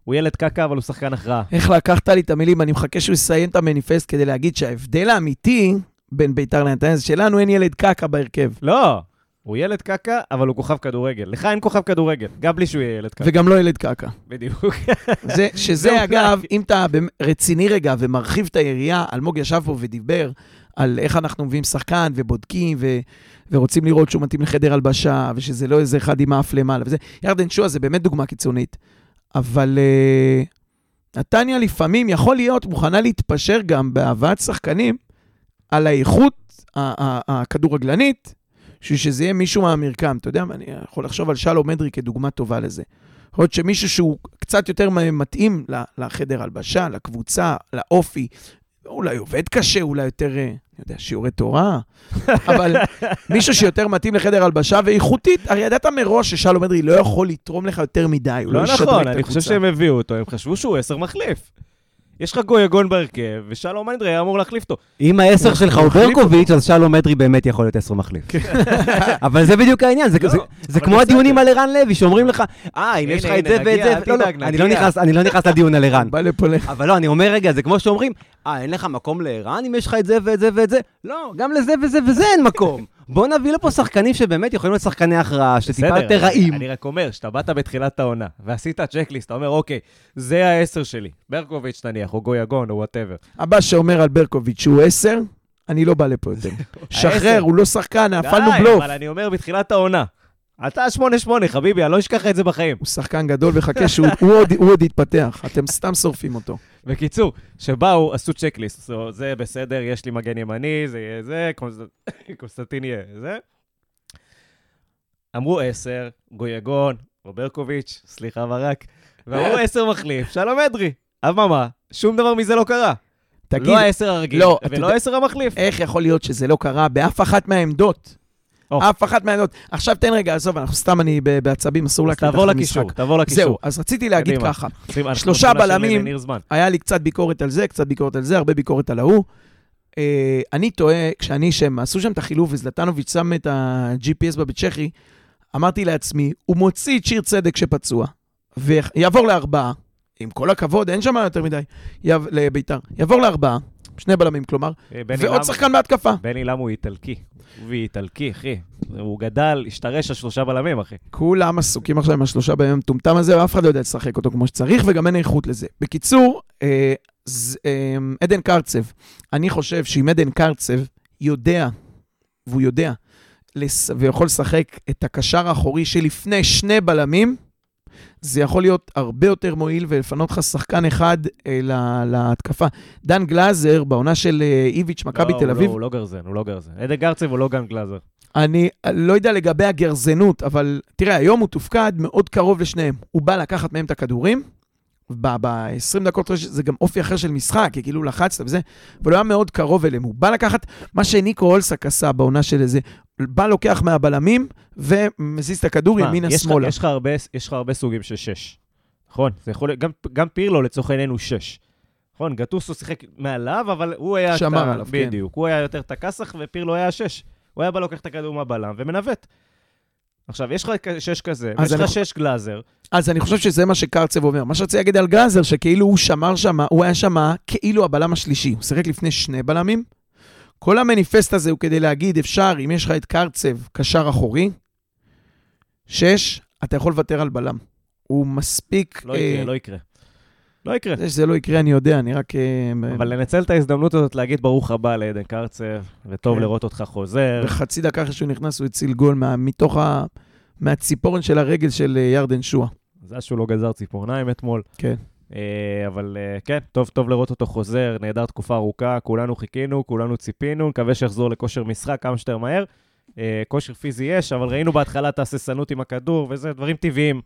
הוא ילד קקה, אבל הוא שחקן הכרעה. איך לקחת לי את המילים? אני מחכה שהוא יסיים את המניפסט כדי להגיד שההבדל האמיתי בין בית"ר לנתניה, שלנו אין ילד קקה בהרכב. לא, הוא ילד קקה, אבל הוא כוכב כדורגל. לך אין כוכב כדורגל, גם בלי שהוא יהיה ילד קקה. וגם לא ילד קקה. בדיוק. זה, שזה אגב, אם אתה רציני רגע ומרחיב את היריעה, אלמוג ישב פה ודיבר על איך אנחנו מביאים שחקן ובודקים ו... ורוצים לראות שהוא מתאים לחדר הלבשה, ושזה לא איזה אחד עם האף למעלה, וזה. ירדן שואה זה באמת דוגמה קיצונית. אבל uh, נתניה לפעמים יכול להיות מוכנה להתפשר גם בהבאת שחקנים על האיכות הכדורגלנית, שזה יהיה מישהו מהמרקם. אתה יודע, אני יכול לחשוב על שלום אדרי כדוגמה טובה לזה. יכול להיות שמישהו שהוא קצת יותר מתאים לחדר הלבשה, לקבוצה, לאופי, אולי עובד קשה, אולי יותר, אני יודע, שיעורי תורה, אבל מישהו שיותר מתאים לחדר הלבשה ואיכותית, הרי ידעת מראש ששלום אדרי לא יכול לתרום לך יותר מדי, לא נכון, אני חושב שהם הביאו אותו, הם חשבו שהוא עשר מחליף. יש לך גויגון בהרכב, ושלום אדרי היה אמור להחליף אותו. אם העשר שלך הוא ברקוביץ', אז שלום אדרי באמת יכול להיות עשר מחליף. אבל זה בדיוק העניין, זה כמו הדיונים על ערן לוי, שאומרים לך, אה, אם יש לך את זה ואת זה, אני לא נכנס לדיון על ערן. אבל לא, אני אומר רגע, זה כמו שאומרים, אה, אין לך מקום לערן אם יש לך את זה ואת זה ואת זה? לא, גם לזה וזה וזה אין מקום. בוא נביא לפה שחקנים שבאמת יכולים להיות שחקני הכרעה, שטיפה יותר רעים. אני רק אומר, שאתה באת בתחילת העונה, ועשית צ'קליסט, אתה אומר, אוקיי, זה העשר שלי. ברקוביץ' נניח, או גויגון, או whatever. הבא שאומר על ברקוביץ' שהוא עשר, אני לא בא לפה יותר. שחרר, הוא לא שחקן, נפלנו בלוף. אבל אני אומר בתחילת העונה. אתה שמונה שמונה, חביבי, אני לא אשכח את זה בחיים. הוא שחקן גדול וחכה שהוא עוד יתפתח. אתם סתם שורפים אותו. בקיצור, שבאו, עשו צ'קליסט. זה בסדר, יש לי מגן ימני, זה יהיה זה, קונסטנטין יהיה זה. אמרו עשר, גויגון, או ברקוביץ', סליחה ברק, ואמרו עשר מחליף, שלום אדרי. אבל מה, שום דבר מזה לא קרה. תגיד, לא העשר הרגיל, לא, ולא העשר המחליף. איך יכול להיות שזה לא קרה באף אחת מהעמדות? אף אחת מהעמדות. עכשיו תן רגע, עזוב, אנחנו סתם אני בעצבים, אסור להקליט תעבור לקישור, תעבור לקישור. זהו, אז רציתי להגיד ככה. שלושה בלמים, היה לי קצת ביקורת על זה, קצת ביקורת על זה, הרבה ביקורת על ההוא. אני טועה, כשאני שם, עשו שם את החילוף, וזלטנוביץ' שם את ה-ג'י פי אס בבית צ'כי, אמרתי לעצמי, הוא מוציא את שיר צדק שפצוע, ויעבור לארבעה, עם כל הכבוד, אין שם יותר מדי, לביתר, יעבור לארבעה, שני בלמים, כלומר, ועוד שחקן בהתקפה. בני למה הוא איטלקי? הוא איטלקי, אחי. הוא גדל, השתרש על שלושה בלמים, אחי. כולם עסוקים עכשיו עם השלושה בלמים טומטם הזה, ואף אחד לא יודע לשחק אותו כמו שצריך, וגם אין איכות לזה. בקיצור, עדן קרצב, אני חושב שאם עדן קרצב יודע, והוא יודע, ויכול לשחק את הקשר האחורי שלפני שני בלמים, זה יכול להיות הרבה יותר מועיל ולפנות לך שחקן אחד לה, להתקפה. דן גלאזר, בעונה של איביץ' מכבי לא, תל אביב... לא, הוא לא גרזן, הוא לא גרזן. עדן קרצב הוא לא דן גלאזר. אני לא יודע לגבי הגרזנות, אבל תראה, היום הוא תופקד מאוד קרוב לשניהם. הוא בא לקחת מהם את הכדורים, ב-עשרים דקות זה גם אופי אחר של משחק, כי כאילו לחצת וזה, אבל הוא היה מאוד קרוב אליהם. הוא בא לקחת מה שניקו אולסק עשה בעונה של איזה, בא לוקח מהבלמים ומזיז את הכדור ימינה שמאלה. יש לך הרבה, יש לך הרבה סוגים של שש. נכון? זה יכול, גם, גם פירלו לצורך העניין הוא שש. נכון? גטוסו שיחק מעליו, אבל הוא היה... שמר עליו, כן. בדיוק. הוא היה יותר תקסח ופירלו היה שש. הוא היה בא לוקח את הכדור מהבלם ומנווט. עכשיו, יש לך שש כזה, ויש לך שש גלאזר. אז אני חושב שזה מה שקרצב אומר. מה שרציתי להגיד על גלאזר, שכאילו הוא שמר שמה, הוא היה שמה כאילו הבלם השלישי. הוא שיחק לפני שני בלמים. כל המניפסט הזה הוא כדי להגיד, אפשר, אם יש לך את קרצב, קשר אחורי, שש, אתה יכול לוותר על בלם. הוא מספיק... לא יקרה, לא יקרה. לא יקרה. זה שזה לא יקרה, אני יודע, אני רק... אבל לנצל את ההזדמנות הזאת להגיד ברוך הבא לעדן קרצב, וטוב לראות אותך חוזר. וחצי דקה אחרי שהוא נכנס, הוא הציל גול מתוך ה... מהציפורן של הרגל של ירדן שואה. זה שהוא לא גזר ציפורניים אתמול. כן. אבל כן, טוב, טוב לראות אותו חוזר, נהדר תקופה ארוכה, כולנו חיכינו, כולנו ציפינו, נקווה שיחזור לכושר משחק כמה שיותר מהר. כושר פיזי יש, אבל ראינו בהתחלה את הססנות עם הכדור, וזה דברים טבעיים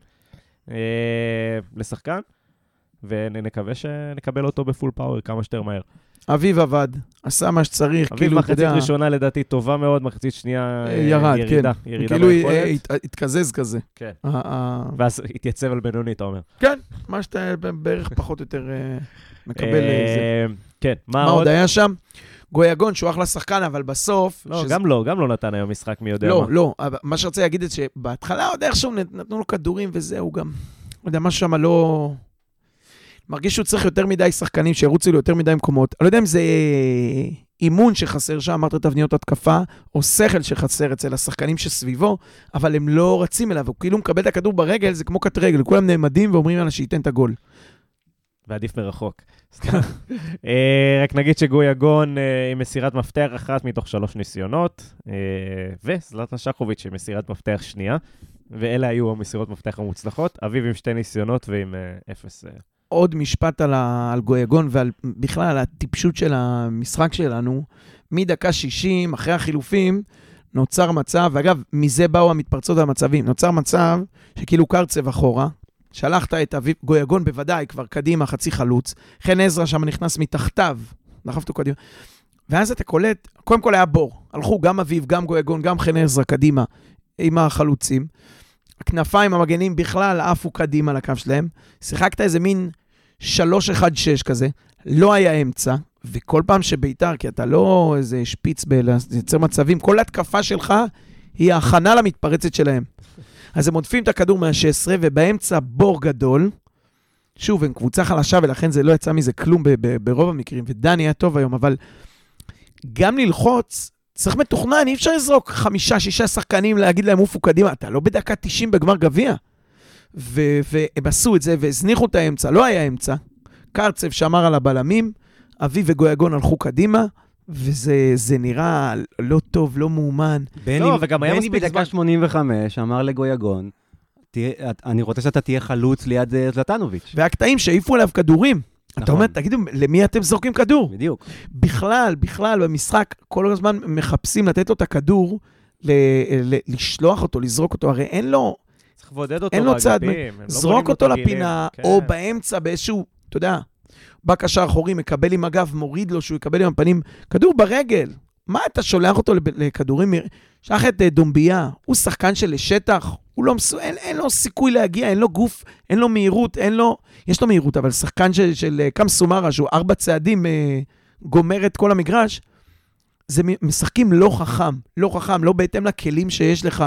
לשחקן, ונקווה שנקבל אותו בפול פאוור כמה שיותר מהר. אביב עבד, עשה מה שצריך. אביב מחצית ראשונה לדעתי טובה מאוד, מחצית שנייה ירד, ירידה. כן. כאילו התקזז כזה. כן. ואז התייצב על בינוני, אתה אומר. כן, מה שאתה בערך פחות או יותר מקבל איזה. כן, מה עוד היה שם? גויגון, שהוא אחלה שחקן, אבל בסוף... לא, גם לא, גם לא נתן היום משחק מי יודע מה. לא, לא, מה שרציתי להגיד את שבהתחלה עוד איכשהו נתנו לו כדורים וזהו גם, לא יודע, מה שם לא... מרגיש שהוא צריך יותר מדי שחקנים שירוצו לו יותר מדי מקומות. אני לא יודע אם זה אימון שחסר שם, אמרת תבניות התקפה, או שכל שחסר אצל השחקנים שסביבו, אבל הם לא רצים אליו, הוא כאילו מקבל את הכדור ברגל, זה כמו קט רגל, כולם נעמדים ואומרים לה שייתן את הגול. ועדיף מרחוק. רק נגיד שגויגון עם מסירת מפתח אחת מתוך שלוש ניסיונות, וזלטן שחוביץ' עם מסירת מפתח שנייה, ואלה היו המסירות מפתח המוצלחות, אביב עם שתי ניסיונות ועם אפס. עוד משפט על, ה... על גויגון ובכלל על הטיפשות של המשחק שלנו, מדקה שישים, אחרי החילופים, נוצר מצב, ואגב, מזה באו המתפרצות והמצבים, נוצר מצב שכאילו קרצב אחורה, שלחת את אביב, גויגון בוודאי, כבר קדימה, חצי חלוץ, חן עזרא שם נכנס מתחתיו, דחפתו קדימה, ואז אתה קולט, קודם כל היה בור, הלכו גם אביב, גם גויגון, גם חן עזרא קדימה, עם החלוצים, הכנפיים המגנים בכלל עפו קדימה לקו שלהם, שיחקת איזה מין שלוש אחד שש כזה, לא היה אמצע, וכל פעם שביתר, כי אתה לא איזה שפיץ בלייצר מצבים, כל התקפה שלך היא ההכנה למתפרצת שלהם. אז הם עודפים את הכדור מה-שש עשרה, ובאמצע בור גדול, שוב, הם קבוצה חלשה, ולכן זה לא יצא מזה כלום ב- ב- ברוב המקרים, ודני היה טוב היום, אבל גם ללחוץ, צריך מתוכנן, אי אפשר לזרוק חמישה, שישה שחקנים להגיד להם אופו קדימה, אתה לא בדקה תשעים בגמר גביע. ו- והם עשו את זה והזניחו את האמצע, לא היה אמצע. קרצב שמר על הבלמים, אביב וגויגון הלכו קדימה, וזה זה נראה לא טוב, לא מאומן. בני, לא, וגם היה בני מספיק בדקה זמן. שמונים וחמש אמר לגויגון, תהיה, אני רוצה שאתה תהיה חלוץ ליד זלטנוביץ'. והקטעים שהעיפו עליו כדורים. נכון. אתה אומר, תגידו, למי אתם זורקים כדור? בדיוק. בכלל, בכלל, במשחק, כל הזמן מחפשים לתת לו את הכדור, ל- ל- לשלוח אותו, לזרוק אותו, הרי אין לו, צריך לבודד אותו אין לו צד, באגפים, הם לא זרוק בונים לו אותו תרגילים. לפינה, כן. או באמצע באיזשהו, אתה יודע, בקשר אחורי, מקבל עם הגב, מוריד לו שהוא יקבל עם הפנים, כדור ברגל. מה אתה שולח אותו לב- לכדורים? שלח את אה, דומביה, הוא שחקן של שטח, הוא לא מסו... אין, אין לו סיכוי להגיע, אין לו גוף, אין לו מהירות, אין לו, יש לו מהירות, אבל שחקן של, של קם סומרה, שהוא ארבע צעדים, אה, גומר את כל המגרש, זה מ- משחקים לא חכם, לא חכם, לא בהתאם לכלים שיש לך.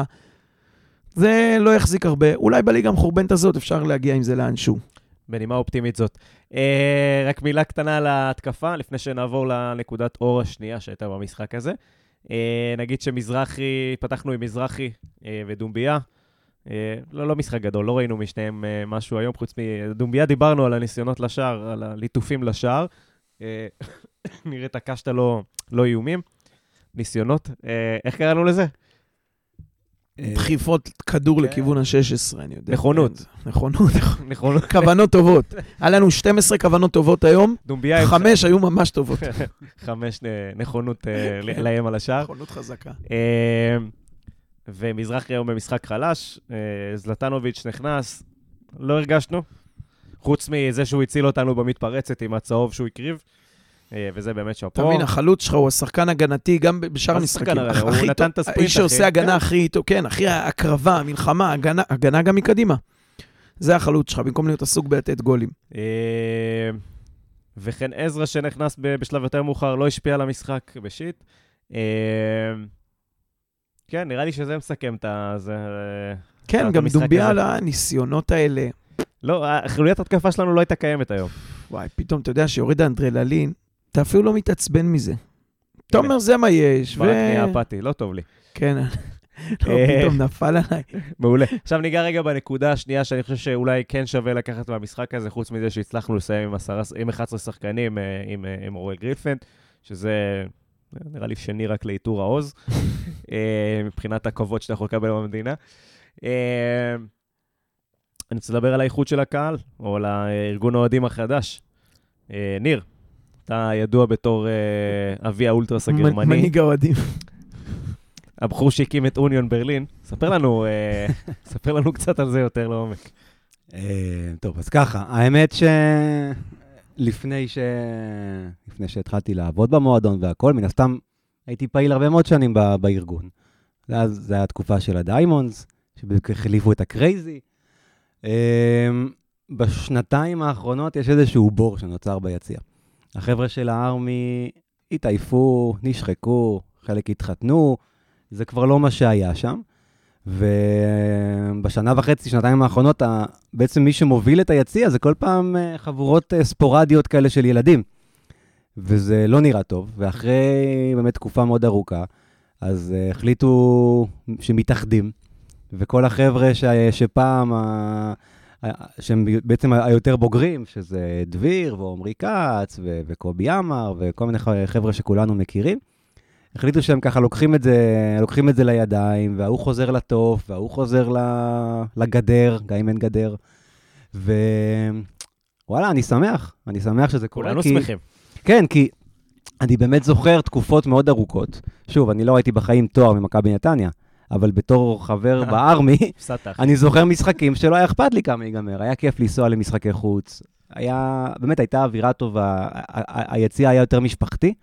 זה לא יחזיק הרבה. אולי בליגה המחורבנת הזאת אפשר להגיע עם זה לאנשהו. בנימה אופטימית זאת. אה, רק מילה קטנה על ההתקפה, לפני שנעבור לנקודת אור השנייה שהייתה במשחק הזה. אה, נגיד שמזרחי, פתחנו עם מזרחי אה, ודומביה. אה, לא, לא משחק גדול, לא ראינו משניהם אה, משהו היום, חוץ מדומביה דיברנו על הניסיונות לשער, על הליטופים לשער. אה, נראית הקשת לא, לא איומים. ניסיונות. אה, איך קראנו לזה? דחיפות כדור כן. לכיוון ה-שש עשרה, אני יודע. נכונות. כן, נכונות. נכונות. כוונות טובות. היה לנו שתים עשרה כוונות טובות היום, דומביה עם חמש היו ממש טובות. חמש אה, נכונות אה, ל- להם על השער. נכונות חזקה. אה, ומזרחי היום במשחק חלש, אה, זלטנוביץ' נכנס, לא הרגשנו, חוץ מזה שהוא הציל אותנו במתפרצת עם הצהוב שהוא הקריב, אה, וזה באמת שפו. אתה מבין, החלוץ שלך הוא השחקן הגנתי גם בשאר מה זה המשחקים. שחקן הגנה? הוא הכי נתן טוב- את הספרינט, האיש שעושה אחי. הגנה כן. הכי טוב, כן, הכי הקרבה, המלחמה, הגנה- הגנה גם מקדימה. זה החלוץ שלך, במקום להיות עסוק בלתת גולים. אה, וכן עזרא שנכנס ב- בשלב יותר מאוחר, לא השפיע על המשחק בשיט. אה, כן, נראה לי שזה מסכם את ה... זה, אה, כן, את גם המשחק דומביה הזה. על הניסיונות האלה. לא, חילוליית התקפה שלנו לא הייתה קיימת היום. וואי, פתאום אתה יודע שיוריד האנדרללין, אתה אפילו לא מתעצבן מזה. אתה אומר, זה מה יש. ברק נהיה אפתי, לא טוב לי. כן, לא, אה. פתאום נפל עליי. מעולה. עכשיו ניגע רגע בנקודה השנייה, שאני חושב שאולי כן שווה לקחת מהמשחק הזה, חוץ מזה שהצלחנו לסיים עם, עשרה, עם אחד עשר שחקנים, אה, עם, אה, עם אוראל גרילפנד, שזה נראה לי שני רק לאיתור העוז, אה, מבחינת הכבוד שאתה יכול לקבל במדינה. אה, אני רוצה לדבר על האיכות של הקהל, או על הארגון האוהדים החדש. אה, ניר, אתה ידוע בתור אה, אבי האולטרס הגרמני. מנהיג האוהדים. הבחור שהקים את אוניון ברלין. ספר לנו, אה, ספר לנו קצת על זה יותר לעומק. אה, טוב, אז ככה, האמת שלפני ש... לפני שהתחלתי לעבוד במועדון והכל, מן הסתם הייתי פעיל הרבה מאוד שנים ב- בארגון. אז זה היה התקופה של הדיימונדס, שהחליפו את הקרייזי. אה, בשנתיים האחרונות יש איזשהו בור שנוצר ביציע. החבר'ה של הארמי התעייפו, נשחקו, חלק התחתנו, זה כבר לא מה שהיה שם. ובשנה וחצי, שנתיים האחרונות, בעצם מי שמוביל את היציע זה כל פעם חבורות ספורדיות כאלה של ילדים. וזה לא נראה טוב, ואחרי באמת תקופה מאוד ארוכה, אז החליטו שמתאחדים, וכל החבר'ה ש... שפעם, שהם בעצם היותר בוגרים, שזה דביר ועומרי כץ ו... וקובי אמר, וכל מיני חבר'ה שכולנו מכירים, החליטו שהם ככה לוקחים את זה, לוקחים את זה לידיים, והוא חוזר לטוף, והוא חוזר לגדר, גם אם אין גדר. ווואלה, אני שמח, אני שמח שזה קורה. כולנו שמחים. כן, כי אני באמת זוכר תקופות מאוד ארוכות. שוב, אני לא הייתי בחיים תואר ממכבי נתניה, אבל בתור חבר בארמי, אני זוכר משחקים שלא היה אכפת לי כמה ייגמר. היה כיף לנסוע למשחקי חוץ. היה, באמת הייתה אווירה טובה, היציאה היה יותר משפחתי,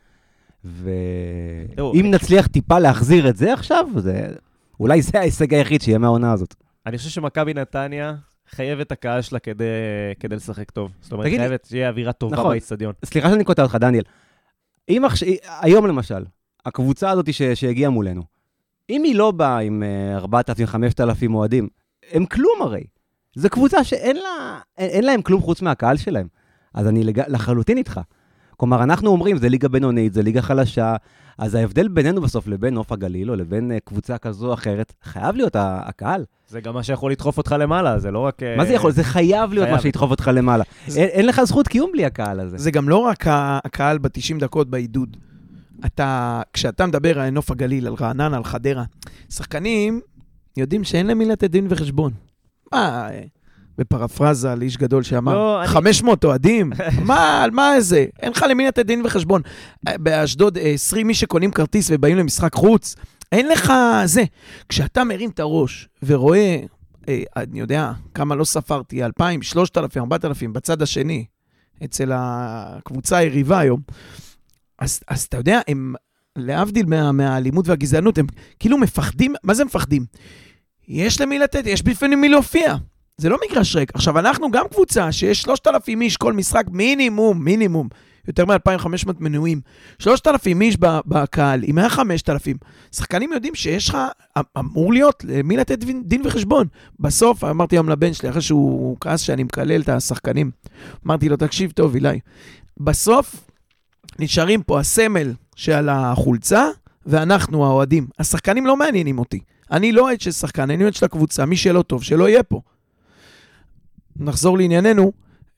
ואם נצליח טיפה להחזיר את זה עכשיו, אולי זה ההישג היחיד שיהיה מהעונה הזאת. אני חושב שמכבי נתניה חייבת את הקהל שלה כדי, כדי לשחק טוב. זאת אומרת, חייבת שיהיה אווירה טובה נכון. באצטדיון. סליחה שאני קוטע אותך, דניאל. אם היום למשל, הקבוצה הזאת ש, שהגיעה מולנו, אם היא לא באה עם ארבעת אלפים חמשת אלפים מועדים, הם כלום הרי. זו קבוצה שאין לה, אין, אין להם כלום חוץ מהקהל שלהם. אז אני לג... לחלוטין איתך. כלומר, אנחנו אומרים, זה ליגה בינונית, זה ליגה חלשה, אז ההבדל בינינו בסוף לבין נוף הגליל, או לבין קבוצה כזו או אחרת, חייב להיות הקהל. זה גם מה שיכול לדחוף אותך למעלה, זה לא רק... מה זה יכול? זה חייב להיות חייב. מה שידחוף אותך למעלה. זה... אין, אין לך זכות קיום בלי הקהל הזה. זה גם לא רק הקהל ב-תשעים דקות בעידוד. אתה, כשאתה מדבר על נוף הגליל, על רעננה, על חדרה, שחקנים יודעים שאין להם מי לתת דין וחשבון. מה... בפרפרזה לאיש גדול שאמר, לא, חמש מאות אני... אוהדים, מה, על מה זה? אין לך למי לתת דין וחשבון. באשדוד, עשרים מי שקונים כרטיס ובאים למשחק חוץ, אין לך זה. כשאתה מרים את הראש ורואה, אני יודע, כמה לא ספרתי, אלפיים, שלושת אלפים, ארבעת אלפים, בצד השני, אצל הקבוצה היריבה היום, אז, אז אתה יודע, הם, להבדיל מה, מהאלימות והגזענות, הם כאילו מפחדים, מה זה מפחדים? יש למי לתת, יש בפנים מי להופיע. זה לא מגרש ריק. עכשיו, אנחנו גם קבוצה שיש שלושת אלפים איש כל משחק, מינימום, מינימום, יותר מ-אלפיים וחמש מאות מנויים, שלושת אלפים איש בקהל, עם חמשת אלפים. שחקנים יודעים שיש לך, אמור להיות, למי לתת דין וחשבון. בסוף, אמרתי היום לבן שלי, אחרי שהוא כעס שאני מקלל את השחקנים, אמרתי לו, תקשיב טוב, אילי. בסוף, נשארים פה הסמל שעל החולצה, ואנחנו האוהדים. השחקנים לא מעניינים אותי. אני לא אוהד של שחקן, אני אוהד של הקבוצה, מי שלא טוב, שלא יהיה פה. נחזור לענייננו.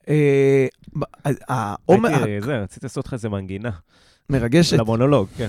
הייתי, זה, רציתי לעשות לך איזה מנגינה. מרגשת. למונולוג, כן.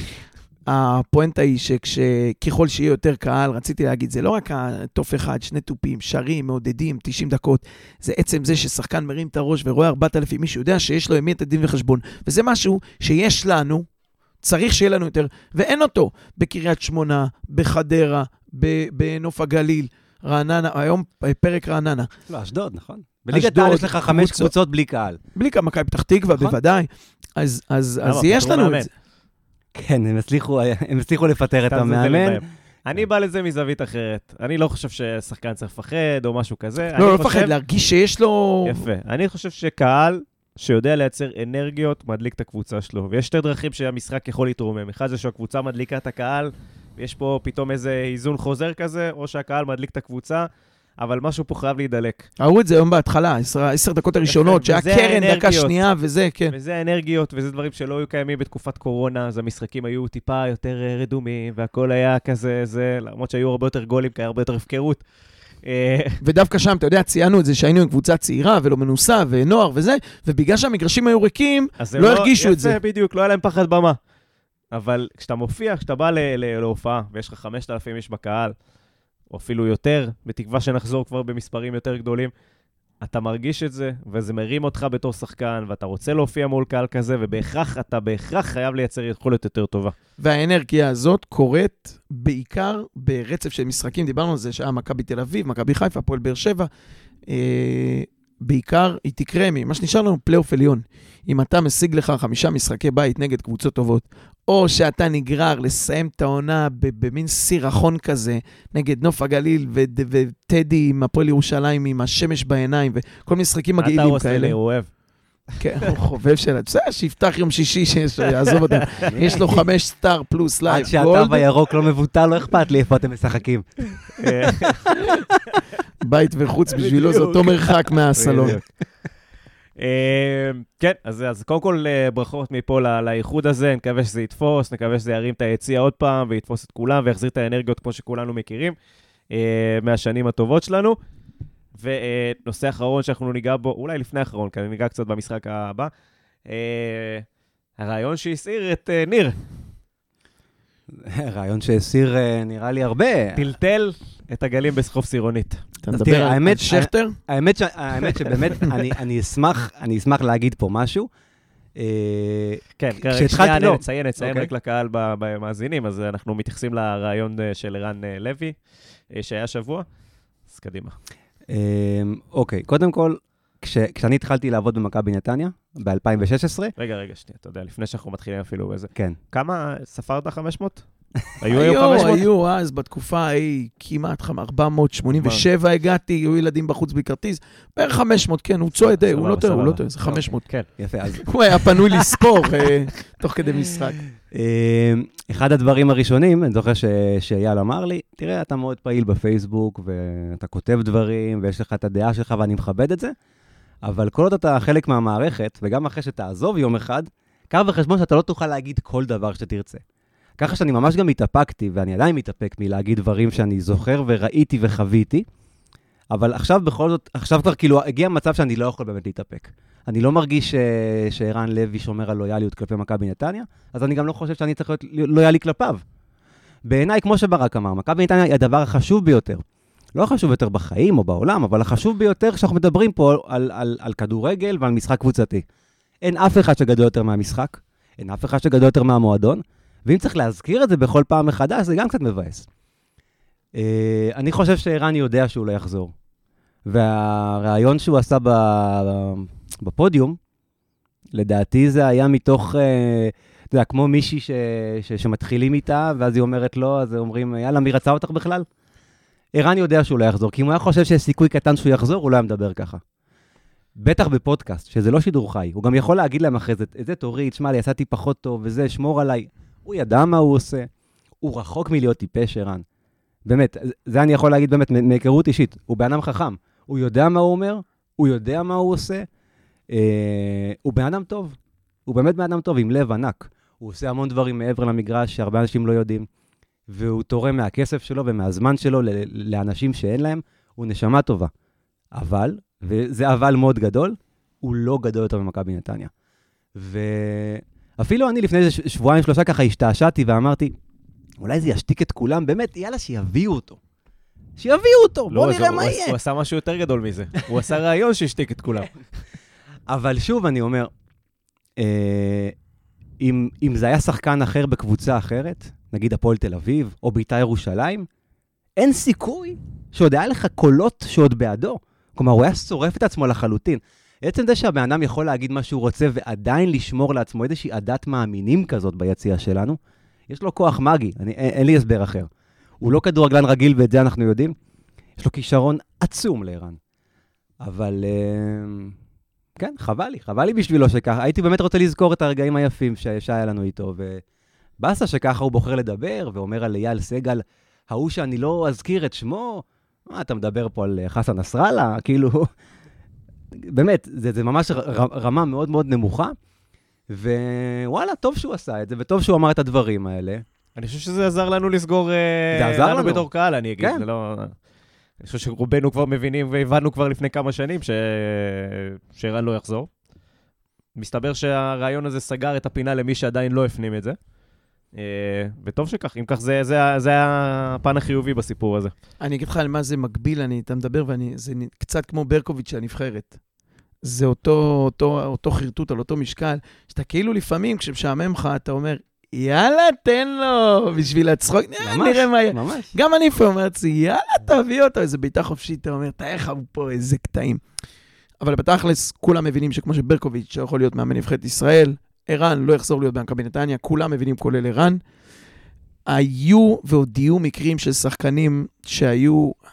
הפואנטה היא שככל שיהיה יותר קהל, רציתי להגיד, זה לא רק הטוף אחד, שני טופים, שרים, מעודדים, תשעים דקות, זה עצם זה ששחקן מרים את הראש ורואה ארבעת אלפים, מישהו יודע שיש לו ימי את הדין וחשבון, וזה משהו שיש לנו, צריך שיהיה לנו יותר, ואין אותו בקריית שמונה, בחדרה, בנוף הגליל, רעננה, היום פרק רעננה. לא, אשדוד, נכון. בליגת העל יש לך חמש קבוצות בלי קהל. בלי קהל, מכבי פתח תקווה, בוודאי. אז יש לנו את זה. כן, הם הצליחו לפטר את המאמן. אני בא לזה מזווית אחרת. אני לא חושב ששחקן צריך לפחד או משהו כזה. לא, לא לפחד, להרגיש שיש לו... יפה. אני חושב שקהל שיודע לייצר אנרגיות מדליק את הקבוצה שלו. ויש שתי דרכים שהמשחק יכול להתרומם. אחד זה שהקבוצה מדליקה את הקהל, ויש פה פתאום איזה איזון חוזר כזה, או שהקהל מדליק את הקבוצה, אבל משהו פה חייב להידלק. ראו את זה היום בהתחלה, עשר דקות הראשונות, שהיה קרן דקה שנייה, וזה, כן. וזה האנרגיות, וזה דברים שלא היו קיימים בתקופת קורונה, אז המשחקים היו טיפה יותר רדומים, והכל היה כזה, זה, למרות שהיו הרבה יותר גולים, כי היה הרבה יותר הפקרות. ודווקא שם, אתה יודע, ציינו את זה שהיינו עם קבוצה צעירה ולא מנוסה ונוער וזה, ובגלל שהמגרשים היו ריקים, לא הרגישו את זה. בדיוק, לא היה להם פחד במה. אבל כשאתה מופיע, כשאתה בא להופעה, ויש לך חמשת אלפים איש בקהל, או אפילו יותר, בתקווה שנחזור כבר במספרים יותר גדולים, אתה מרגיש את זה, וזה מרים אותך בתור שחקן, ואתה רוצה להופיע מול קהל כזה, ובהכרח, אתה בהכרח חייב לייצר יכולת יותר טובה. והאנרגיה הזאת קורית בעיקר ברצף של משחקים, דיברנו על זה שהיה מכבי תל אביב, מכבי חיפה, הפועל באר שבע, אה, בעיקר היא תקרה ממה שנשאר לנו פלייאוף עליון. אם אתה משיג לך חמישה משחקי בית נגד קבוצות טובות, או שאתה נגרר לסיים את העונה במין סירחון כזה, נגד נוף הגליל וטדי עם הפועל ירושלים, עם השמש בעיניים, וכל משחקים מגעילים כאלה. הוא אוהב. כן, הוא חובב שלה. בסדר, שיפתח יום שישי, שיעזוב אותם. יש לו חמש סטאר פלוס לייב. עד שהתו הירוק לא מבוטל, לא אכפת לי איפה אתם משחקים. בית וחוץ בשבילו, זה אותו מרחק מהסלון. כן, אז קודם כל ברכות מפה לאיחוד הזה, נקווה שזה יתפוס, נקווה שזה ירים את היציאה עוד פעם, ויתפוס את כולם, ויחזיר את האנרגיות כמו שכולנו מכירים, מהשנים הטובות שלנו. ונושא אחרון שאנחנו ניגע בו, אולי לפני האחרון, כי אני ניגע קצת במשחק הבא, הרעיון שהסעיר את ניר. רעיון שהסיר נראה לי הרבה. טלטל את הגלים בסחוף סירונית. אתה מדבר על שכטר? האמת שבאמת, אני אשמח להגיד פה משהו. כן, שנייה נציין, נציין רק לקהל במאזינים, אז אנחנו מתייחסים לרעיון של ערן לוי, שהיה שבוע, אז קדימה. אוקיי, קודם כל, כשאני התחלתי לעבוד במכבי נתניה, ב-אלפיים ושש עשרה... רגע, רגע, שנייה, אתה יודע, לפני שאנחנו מתחילים אפילו בזה. כן. כמה ספרת חמש מאות? היו היו חמש מאות? היו, אז בתקופה ההיא כמעט ארבע מאות שמונים ושבע הגעתי, היו ילדים בחוץ בכרטיס, בערך חמש מאות, כן, הוא צועד, הוא לא טועה, הוא לא טועה, זה חמש מאות. כן, יפה, אז... הוא היה פנוי לספור תוך כדי משחק. אחד הדברים הראשונים, אני זוכר שאייל אמר לי, תראה, אתה מאוד פעיל בפייסבוק, ואתה כותב דברים, ויש לך את הדעה שלך, ואני מכבד את זה, אבל כל עוד אתה חלק מהמערכת, וגם אחרי שתעזוב יום אחד, קח בחשבון שאתה לא תוכל להגיד כל דבר שתרצה. ככה שאני ממש גם התאפקתי, ואני עדיין מתאפק מלהגיד דברים שאני זוכר וראיתי וחוויתי, אבל עכשיו בכל זאת, עכשיו כבר כאילו הגיע מצב שאני לא יכול באמת להתאפק. אני לא מרגיש שערן לוי שומר על לויאליות כלפי מכבי נתניה, אז אני גם לא חושב שאני צריך להיות לויאלי כלפיו. בעיניי, כמו שברק אמר, מכבי נתניה היא הדבר החשוב ביותר. לא החשוב יותר בחיים או בעולם, אבל החשוב ביותר כשאנחנו מדברים פה על, על, על כדורגל ועל משחק קבוצתי. אין אף אחד שגדול יותר מהמשחק, אין אף אחד שגדול יותר מהמועדון, ואם צריך להזכיר את זה בכל פעם מחדש, זה גם קצת מבאס. אני חושב שערן יודע שהוא לא יחזור. והרעיון שהוא עשה בפודיום, לדעתי זה היה מתוך, אתה יודע, כמו מישהי ש, ש, שמתחילים איתה, ואז היא אומרת לו, אז אומרים, יאללה, מי רצה אותך בכלל? ערן יודע שהוא לא יחזור, כי אם הוא היה חושב שיש סיכוי קטן שהוא יחזור, הוא לא היה מדבר ככה. בטח בפודקאסט, שזה לא שידור חי. הוא גם יכול להגיד להם אחרי זה, את זה תוריד, שמע לי, עשיתי פחות טוב, וזה, שמור עליי. הוא ידע מה הוא עושה. הוא רחוק מלהיות טיפש, ערן. באמת, זה אני יכול להגיד באמת, מהיכרות אישית. הוא בן אדם חכם. הוא יודע מה הוא אומר, הוא יודע מה הוא עושה. אה, הוא בן אדם טוב. הוא באמת בן אדם טוב, עם לב ענק. הוא עושה המון דברים מעבר למגרש, שהרבה אנשים לא יודעים. והוא תורם מהכסף שלו ומהזמן שלו לאנשים שאין להם. הוא נשמה טובה. אבל, וזה אבל מאוד גדול, הוא לא גדול יותר ממכבי נתניה. ואפילו אני לפני שבועיים שלושה ככה השתעשעתי ואמרתי, אולי זה ישתיק את כולם, באמת, יאללה, שיביאו אותו. שיביאו אותו, בוא נראה מה יהיה. הוא עשה משהו יותר גדול מזה. הוא עשה רעיון שהשתיק את כולם. אבל שוב, אני אומר, אם זה היה שחקן אחר בקבוצה אחרת, נגיד הפועל תל אביב, או בית"ר ירושלים, אין סיכוי שעוד היה לך קולות שעוד בעדו. כלומר, הוא היה שורף את עצמו לחלוטין. עצם זה שהבן אדם יכול להגיד מה שהוא רוצה, ועדיין לשמור לעצמו איזושהי עדת מאמינים כזאת ביציאה שלנו, יש לו כוח מגי, אני, אין, אין לי הסבר אחר. הוא לא כדורגלן רגיל, ואת זה אנחנו יודעים. יש לו כישרון עצום לערן. אבל, כן, חבל לי, חבל לי בשבילו שככה. הייתי באמת רוצה לזכור את הרגעים היפים שהיה לנו איתו, ובאסה שככה הוא בוחר לדבר, ואומר על אייל סגל, ההוא שאני לא אזכיר את שמו, מה, אתה מדבר פה על חסן נסראללה? כאילו, באמת, זה, זה ממש רמה מאוד מאוד נמוכה, ווואלה, טוב שהוא עשה את זה, וטוב שהוא אמר את הדברים האלה. אני חושב שזה עזר לנו לסגור... זה עזר לנו. לנו בתור קהל, אני אגיד. כן. זה לא... אני חושב שרובנו כבר מבינים, והבנו כבר לפני כמה שנים, ש... שערן לא יחזור. מסתבר שהרעיון הזה סגר את הפינה למי שעדיין לא הפנים את זה. וטוב שכך, אם כך זה, זה, זה הפן החיובי בסיפור הזה. אני אגיד לך על מה זה מקביל, אני, אתה מדבר, ואני, זה קצת כמו ברקוביץ' של הנבחרת. זה אותו, אותו, אותו חרטוט על אותו משקל, שאתה כאילו לפעמים, כשמשעמם לך, אתה אומר, יאללה, תן לו, בשביל הצחוק, נראה מה יהיה. ממש. גם אני פה אומר, יאללה, תביא אותו, איזה ביתה חופשית, אתה אומר, תאיך הוא פה, איזה קטעים. אבל בתכלס, כולם מבינים שכמו שברקוביץ' שיכול להיות מאמן נבחרת ישראל, ערן לא יחזור להיות במכבי נתניה, כולם מבינים כולל ערן. היו והודיעו מקרים של שחקנים שהיו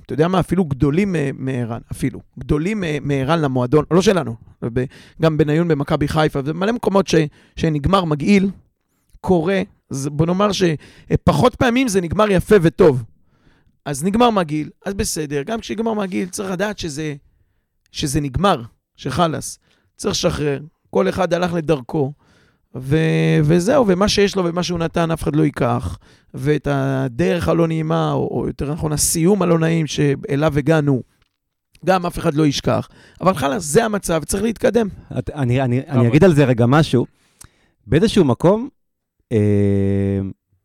אתה יודע מה, אפילו גדולים מערן, אפילו, גדולים מערן למועדון, לא שלנו, גם בניון במכבי חיפה, ומלא מקומות ש, שנגמר מגעיל, קורה, בוא נאמר שפחות פעמים זה נגמר יפה וטוב. אז נגמר מגעיל, אז בסדר, גם כשנגמר מגעיל, צריך לדעת שזה, שזה נגמר, שחלס, צריך לשחרר, כל אחד הלך לדרכו, ו... וזהו, ומה שיש לו ומה שהוא נתן, אף אחד לא ייקח, ואת הדרך הלא נעימה, או, או יותר נכון, הסיום הלא נעים שאליו הגענו, גם אף אחד לא ישכח. אבל חלס, זה המצב, צריך להתקדם. את, אני, אני, אני אגיד על זה רגע משהו. באיזשהו מקום, אה,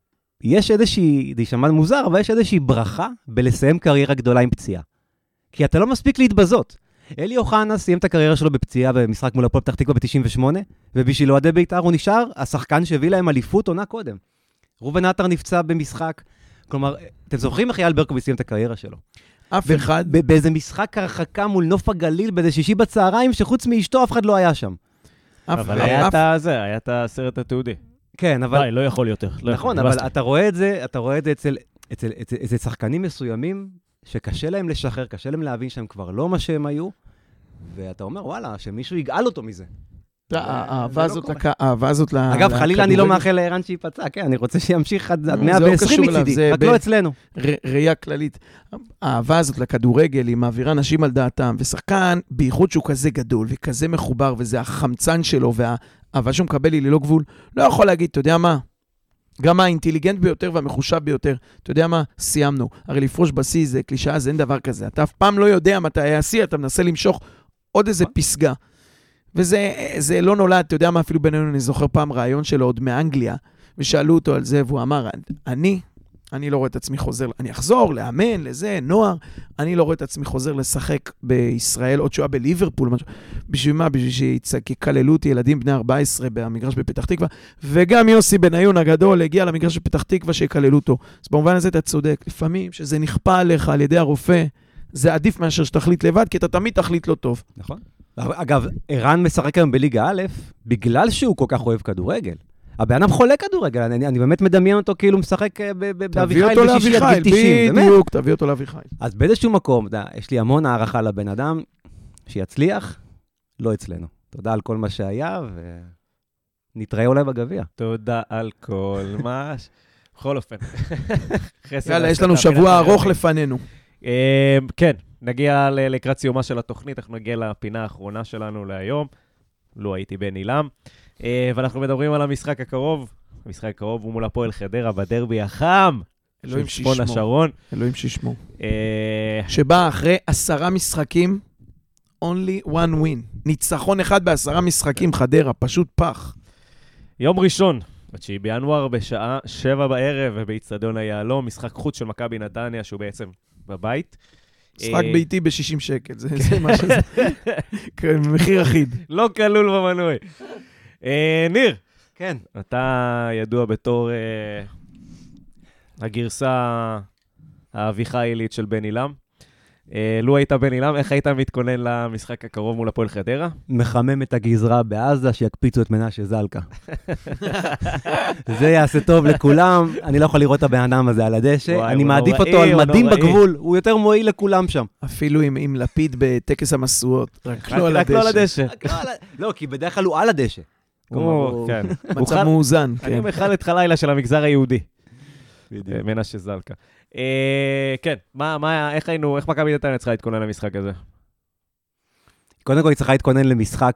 יש איזושהי, זה יישמע מוזר, אבל יש איזושהי ברכה בלסיים קריירה גדולה עם פציעה. כי אתה לא מספיק להתבזות. אלי אוחנה סיים את הקריירה שלו בפציעה במשחק מול הפועל פתח תקווה ב-תשעים ושמונה, ובשביל אוהדי בית"ר הוא נשאר השחקן שהביא להם אליפות עונה קודם. ראובן עטר נפצע במשחק, כלומר, אתם זוכרים איך אייל ברקוביץ' סיים את הקריירה שלו? אף אחד... באיזה משחק הרחקה מול נוף הגליל, באיזה שישי בצהריים, שחוץ מאשתו אף אחד לא היה שם. אבל היה את זה, היה את הסרט התיעודי. כן, אבל... די, לא יכול יותר. נכון, אבל אתה רואה את זה, אתה רואה את זה אצל, אצל, אצל, אצל שחקנים מסוימים, שקשה להם לשחרר, קשה להם להבין שהם כבר לא מה שהם היו, ואתה אומר, וואלה, שמישהו יגאל אותו מזה. האהבה הזאת... אגב, חלילה אני לא מאחל לערן שיפצע, כן, אני רוצה שימשיך עד מאה ועשרים מצידי, רק לא אצלנו. ראייה כללית. האהבה הזאת לכדורגל, היא מעבירה אנשים על דעתם, ושחקן, בייחוד שהוא כזה גדול, וכזה מחובר, וזה החמצן שלו, והאהבה שהוא מקבל היא ללא גבול, לא יכול להגיד, אתה יודע מה? גם האינטליגנט ביותר והמחושב ביותר, אתה יודע מה? סיימנו. הרי לפרוש בשיא זה קלישאה, זה אין דבר כזה. אתה אף פעם לא יודע מתי היה שיא, אתה מנסה למשוך עוד איזה פסגה. וזה זה לא נולד, אתה יודע מה, אפילו בינינו, אני זוכר פעם רעיון שלו עוד מאנגליה, ושאלו אותו על זה, והוא אמר, אני, אני לא רואה את עצמי חוזר, אני אחזור, לאמן, לזה, נוער, אני לא רואה את עצמי חוזר לשחק בישראל, עוד שואה בליברפול, משהו, בשביל מה? בשביל שיקללו אותי ילדים בני ארבע עשרה במגרש בפתח תקווה, וגם יוסי בניון הגדול הגיע למגרש בפתח תקווה שיקללו אותו. אז במובן הזה אתה צודק, לפעמים שזה נכפה עליך על ידי הרופא, זה עדיף מאשר שתחליט לבד, כי אתה תמיד תחליט לא טוב. נכון. אגב, ערן משחק היום בליגה א', בגלל שהוא כל כך אוהב כדורגל. הבן חולה כדורגל, אני, אני באמת מדמיין אותו כאילו משחק באביחיל בשישי עד גיל תשעים. בדיוק, תביא אותו לאביחיל. אז באיזשהו מקום, דה, יש לי המון הערכה לבן אדם, שיצליח, לא אצלנו. תודה על כל מה שהיה, ונתראה אולי בגביע. תודה על כל מה... בכל אופן. יאללה, יש לנו שבוע ארוך לפנינו. כן, נגיע לקראת סיומה של התוכנית, אנחנו נגיע לפינה האחרונה שלנו להיום. לא הייתי בן אילם. ואנחנו מדברים על המשחק הקרוב. המשחק הקרוב הוא מול הפועל חדרה בדרבי החם. אלוהים שישמו. אלוהים שישמו. שבא אחרי עשרה משחקים, only one win. ניצחון אחד בעשרה משחקים חדרה, פשוט פח. יום ראשון, בתשיעי בינואר, בשעה שבע בערב, ובאצטדיון היהלום, משחק חוץ של מכבי נתניה, שהוא בעצם בבית. משחק ביתי ב-שישים שקל, זה מה שזה. מחיר אחיד. לא כלול במנוי. ניר. כן. אתה ידוע בתור הגרסה האביחיילית של בן אילם. לו היית בן אילם, איך היית מתכונן למשחק הקרוב מול הפועל חדרה? מחמם את הגזרה בעזה, שיקפיצו את מנשה זלקה. זה יעשה טוב לכולם, אני לא יכול לראות את הבן אדם הזה על הדשא, אני מעדיף אותו על מדים בגבול, הוא יותר מועיל לכולם שם. אפילו עם לפיד בטקס המשואות, רק לא על הדשא. לא, כי בדרך כלל הוא על הדשא. מצב מאוזן. אני מחל את חלילה של המגזר היהודי. מנשה זלקה. כן, איך היינו, איך מכבי נתניה צריכה להתכונן למשחק הזה? קודם כל היא צריכה להתכונן למשחק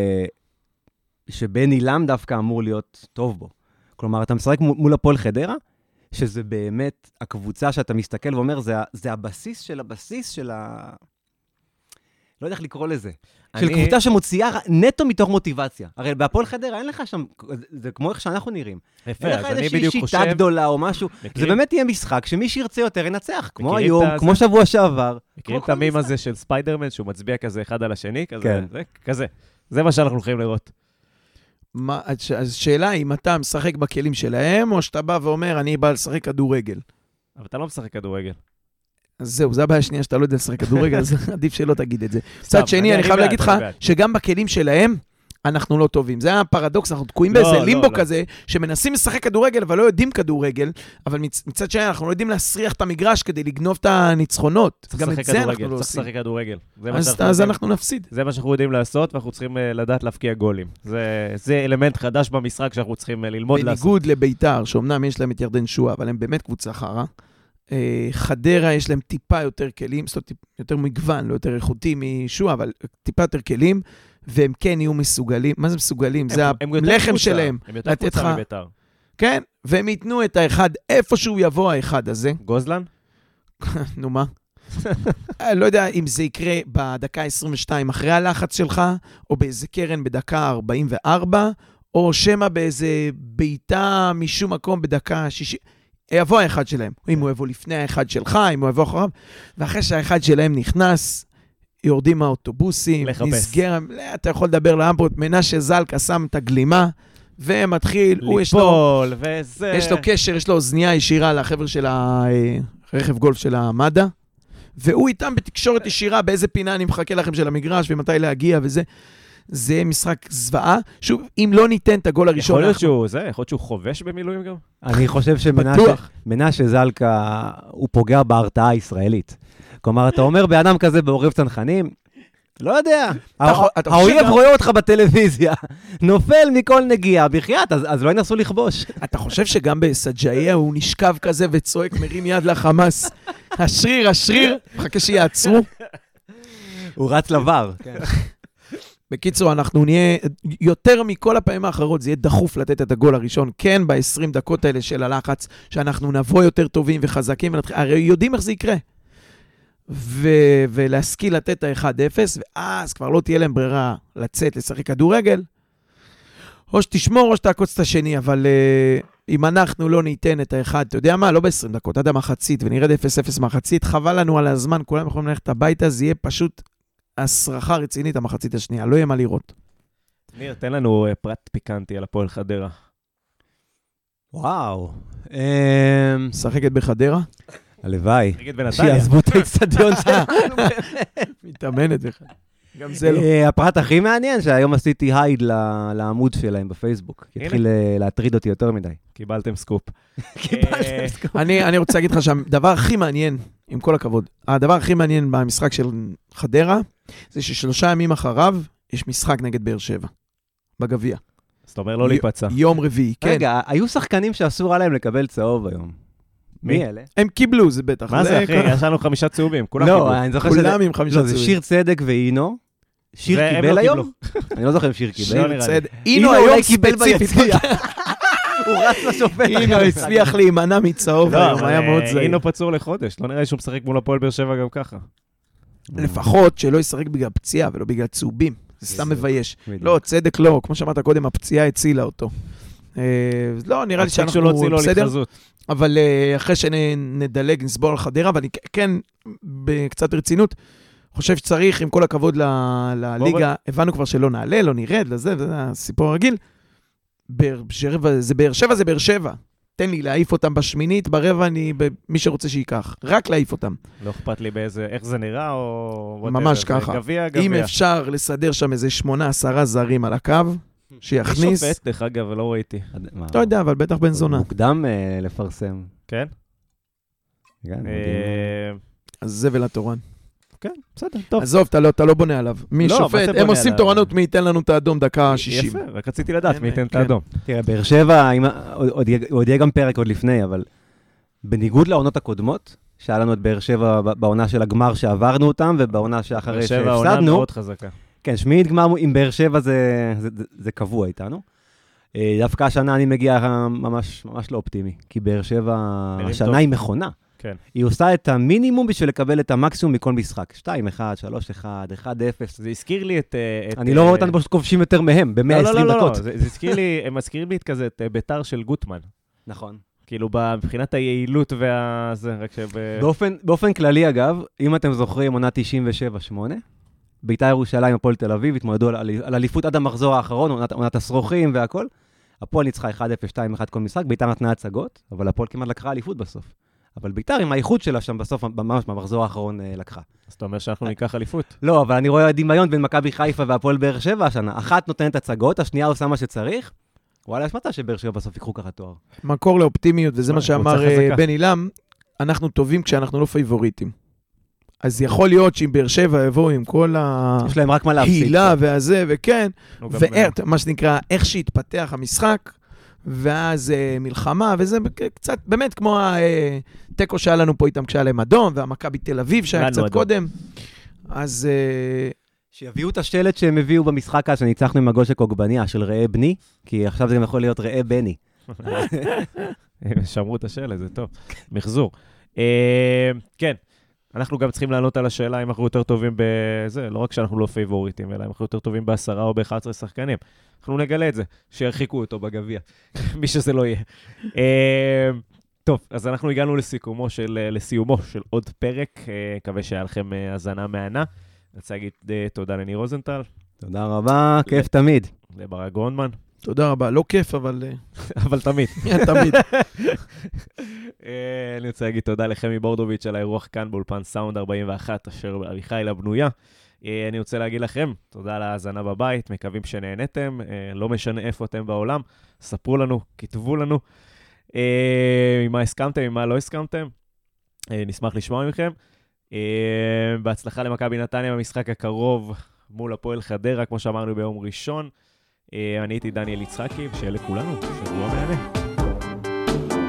שבן אילם דווקא אמור להיות טוב בו. כלומר, אתה משחק מול הפועל חדרה, שזה באמת הקבוצה שאתה מסתכל ואומר, זה הבסיס של הבסיס של ה... לא יודע איך לקרוא לזה. של קבוצה שמוציאה נטו מתוך מוטיבציה. הרי בהפועל חדרה אין לך שם, זה כמו איך שאנחנו נראים. יפה, אז אני בדיוק חושב... אין לך איזושהי שיטה גדולה או משהו. זה באמת יהיה משחק שמי שירצה יותר ינצח. כמו היום, כמו שבוע שעבר. מכירים את המים הזה של ספיידרמן, שהוא מצביע כזה אחד על השני, כזה. זה מה שאנחנו יכולים לראות. אז שאלה, אם אתה משחק בכלים שלהם, או שאתה בא ואומר, אני בא לשחק כדורגל. אבל אתה לא משחק כדורגל. אז זהו, זה הבעיה השנייה שאתה לא יודע לשחק כדורגל, אז עדיף שלא תגיד את זה. מצד שני, אני חייב להגיד לך שגם בכלים שלהם, אנחנו לא טובים. זה הפרדוקס, אנחנו תקועים לא, באיזה לא, לימבו לא. כזה, שמנסים לשחק כדורגל, אבל לא יודעים כדורגל, אבל מצ, מצד שני, אנחנו לא יודעים להסריח את המגרש כדי לגנוב את הניצחונות. צריך גם לשחק את זה אנחנו כדורגל, לא צריך עושים. לשחק כדורגל. זה מה אז, שאנחנו אז יודעים. אנחנו נפסיד. זה מה שאנחנו יודעים לעשות, ואנחנו צריכים אה, לדעת להפקיע גולים. זה, זה אלמנט חדש במשחק שאנחנו צריכים אה, ללמוד לעשות. בניגוד לביתר, שאומנם יש להם את ירדן שואה, אבל הם באמת קבוצה חרה. אה, חדרה יש להם טיפה יותר כלים, זאת אומרת, יותר מגוון, לא יותר איכותי משואה, אבל טיפה יותר כלים, והם כן יהיו מסוגלים. מה זה מסוגלים? זה הם- הם יותר הלחם קבוצה, שלהם. הם יותר לתת קבוצה לך- מביתר. כן, והם ייתנו את האחד, איפשהו יבוא האחד הזה. גוזלן? נו מה? אני לא יודע אם זה יקרה בדקה עשרים ושתיים אחרי הלחץ שלך, או באיזה קרן בדקה ארבעים וארבע, או שמה באיזה ביתה משום מקום בדקה שישים. יבוא האחד שלהם. אם הוא יבוא לפני האחד שלך, אם הוא יבוא אחריו. ואחרי שהאחד שלהם נכנס, יורדים מהאוטובוסים, לחפש. נסגר, לא, אתה יכול לדבר לאמפות, מנשה זלקה שם את הגלימה, ומתחיל, הוא יש לו... ליפול, וזה... יש לו קשר, יש לו אוזנייה ישירה לחבר'ה של הרכב גולף של המד"א, והוא איתם בתקשורת ישירה באיזה פינה אני מחכה לכם של המגרש ומתי להגיע וזה. זה משחק זוועה. שוב, אם לא ניתן את הגול הראשון... יכול להיות אנחנו- שהוא זה, יכול להיות שהוא חובש במילואים גם? אני חושב בטוח. שמנשה זלקה, הוא פוגע בהרתעה הישראלית. כלומר, אתה אומר באדם כזה בעורב צנחנים, לא יודע, יכול- אתה חושב האויב גם- רואה אותך בטלוויזיה, נופל מכל נגיעה, בחייאת, אז אז לא ינסו לכבוש. אתה חושב שגם בסג'איה הוא נשכב כזה וצועק, מרים יד לחמאס, השריר, השריר, מחכה שיעצרו. הוא רץ לבר. בקיצור, אנחנו נהיה, יותר מכל הפעמים האחרות, זה יהיה דחוף לתת את הגול הראשון, כן, ב-עשרים דקות האלה של הלחץ, שאנחנו נבוא יותר טובים וחזקים, ונתח... הרי יודעים איך זה יקרה. ו... ולהשכיל לתת את ה-אחד אפס, ואז כבר לא תהיה להם ברירה לצאת, לשחק כדורגל, או שתשמור או שתעקוץ את השני, אבל uh, אם אנחנו לא ניתן את האחד, אתה יודע מה? לא ב-עשרים דקות, עד המחצית, ונרד אפס אפס מחצית, חבל לנו על הזמן, כולם יכולים ללכת הביתה, זה יהיה פשוט הסרחה רצינית המחצית השנייה, לא יהיה מה לראות. ניר, תן לנו אה, פרט פיקנטי על הפועל חדרה. וואו. אמ, משחקת בחדרה? הלוואי. נגד בנתניה. שיעזבו את האצטדיון שלנו. מתאמנת לך. גם זה לא. אה, הפרט הכי מעניין, שהיום עשיתי הייד ל- לעמוד שלהם בפייסבוק. כי הנה. התחיל אה, להטריד אותי יותר מדי. קיבלתם סקופ. קיבלתם סקופ. אני אני רוצה להגיד לך שהדבר הכי מעניין, עם כל הכבוד, הדבר הכי מעניין במשחק של חדרה, זה ששלושה ימים אחריו, יש משחק נגד באר שבע, בגביע. זאת אומרת לא להיפצע. יום רביעי, כן. רגע, היו שחקנים שאסור עליהם לקבל צהוב היום. מי? מי אלה? הם קיבלו, זה בטח. מה זה, אחי? יש לנו חמישה צהובים, כולם קיבלו. לא, אני זוכר שזה... כולם עם חמישה לא, זה צהובים. שיר צדק ואינו. שיר והם קיבל לא היום? אני לא זוכר אם שיר לא קיבל. נראה לי. צד- אינו אינו היום אולי קיבל ספציפית. ביציע. הוא רץ לשופט. אינו הצליח להימנע מצהוב לא, היום, אבל היה מאוד אה, זהיר. אינו פצור לחודש, לא נראה לי שהוא משחק מול הפועל באר שבע גם ככה. לפחות שלא ישחק בגלל פציעה ולא בגלל צהובים. זה סתם בדיוק. מבייש. בדיוק. לא, צדק לא, כמו שאמרת קודם, הפציעה הצילה אותו. אה, לא, נראה לי המשחק שלו הוציא שאנחנו לו בסדר, להתחזות. אבל אה, אחרי שנדלג, נסבור על חדרה, ואני כ- כן, בקצת רצינות, חושב שצריך, עם כל הכבוד ל- לליגה, הבנו כבר שלא נעלה, לא נרד, לזה, זה הסיפור הרגיל. באר שבע, זה באר שבע, זה באר שבע. תן לי להעיף אותם בשמינית, ברבע אני, ב- מי שרוצה שייקח. רק להעיף אותם. לא אכפת לי באיזה, איך זה נראה, או... ממש whatever. ככה. גביע, אם גביע. אפשר לסדר שם איזה שמונה, עשרה זרים על הקו, שיכניס. מי שופט, דרך אגב, לא ראיתי. מה? לא יודע, אבל בטח בן זונה. מוקדם אה, לפרסם. כן? כן, מדהים. אה, אז זה ולתורן. כן, בסדר, טוב. עזוב, אתה לא, אתה לא בונה עליו. מי לא, מה שופט, זה הם בונה עושים עליו? תורנות, מי ייתן לנו את האדום דקה שישים. יפה, רק רציתי לדעת מי ייתן את כן. האדום. תראה, באר שבע, אם- עוד- עוד יהיה- עוד יהיה גם פרק עוד לפני, אבל בניגוד לעונות הקודמות, שהיה לנו את באר שבע ב- בעונה של הגמר שעברנו אותם, ובעונה שאחרי באר שבע עונה שהפסדנו, מאוד חזקה. כן, שמינית גמר עם באר שבע זה, זה, זה, זה קבוע איתנו. אה, דווקא השנה אני מגיע ממש, ממש לא אופטימי, כי באר שבע נראים השנה טוב. היא מכונה. כן. היא עושה את המינימום בשביל לקבל את המקסימום מכל משחק. שתיים אחת, שלוש אחת, אחד אפס. זה הזכיר לי את... אה, את, אני לא אה, רואה אותנו פשוט כובשים יותר מהם, ב-מאה לא, ועשרים לא, לא, דקות. לא, זה זה הזכיר לי, הם מזכירים לי את כזה, את אה, ביתר של גוטמן. נכון. כאילו, מבחינת היעילות וזה, רק שב... באופן, באופן כללי, אגב, אם אתם זוכרים, עונה תשעים ושבע שמונה, בית"ר ירושלים, הפועל תל אביב, התמודדו על, על אליפות עד המחזור האחרון, עונת, עונת הסרוכים והכל. הפועל ניצחה אחד אפס, שתיים אחת כל משחק, בית"ר נתנה הצגות, אבל הפועל כמעט לקחה אליפות בסוף. אבל ביתר עם האיכות שלה שם בסוף, ממש במחזור האחרון לקחה. אז אתה אומר שאנחנו ניקח אליפות? לא, אבל אני רואה דמיון בין מכבי חיפה והפועל באר שבע השנה. אחת נותנת הצגות, השנייה עושה מה שצריך. וואלה, יש מצב שבאר שבע בסוף יקחו ככה תואר. מקור לאופטימיות, וזה מה שאמר בן אילם, אנחנו טובים כשאנחנו לא פייבוריטים. אז יכול להיות שאם באר שבע יבואו עם כל יש להם רק מה להפסיד. ההילה והזה, וכן, ומה שנקרא, איך שהתפתח המשחק, ואז מלחמה, וזה קצת באמת כמו הטקו שהיה לנו פה איתם כשהיה להם אדום, והמכבי תל אביב שהיה קצת קודם. אז שיביאו את השלט שהם הביאו במשחק אז שניצחנו עם הגושק עוגבניה של ראה בני, כי עכשיו זה גם יכול להיות ראה בני. שמרו את השלט, זה טוב. מחזור. כן, אנחנו גם צריכים לענות על השאלה אם אנחנו יותר טובים בזה, לא רק שאנחנו לא פייבוריטים, אלא אם אנחנו יותר טובים בעשרה או ב-אחד עשר שחקנים. אנחנו נגלה את זה, שירחיקו אותו בגביע, מי שזה לא יהיה. טוב, אז אנחנו הגענו לסיכומו של, לסיומו של עוד פרק, מקווה שהיה לכם הזנה מהנה. אני רוצה להגיד תודה לניר רוזנטל. תודה רבה, כיף תמיד. לברק גרונדמן. תודה רבה, לא כיף, אבל... אבל תמיד. תמיד. אני רוצה להגיד תודה לחמי בורדוביץ' על האירוח כאן באולפן סאונד ארבעים ואחת, אשר אביחי לבנויה. אני רוצה להגיד לכם, תודה על ההאזנה בבית, מקווים שנהנתם, לא משנה איפה אתם בעולם, ספרו לנו, כתבו לנו, ממה הסכמתם, ממה לא הסכמתם, נשמח לשמוע מכם. בהצלחה למכבי נתניה במשחק הקרוב מול הפועל חדרה, כמו שאמרנו ביום ראשון. אני הייתי דניאל יצחקי, ושיהיה לכולנו שבוע מהנה.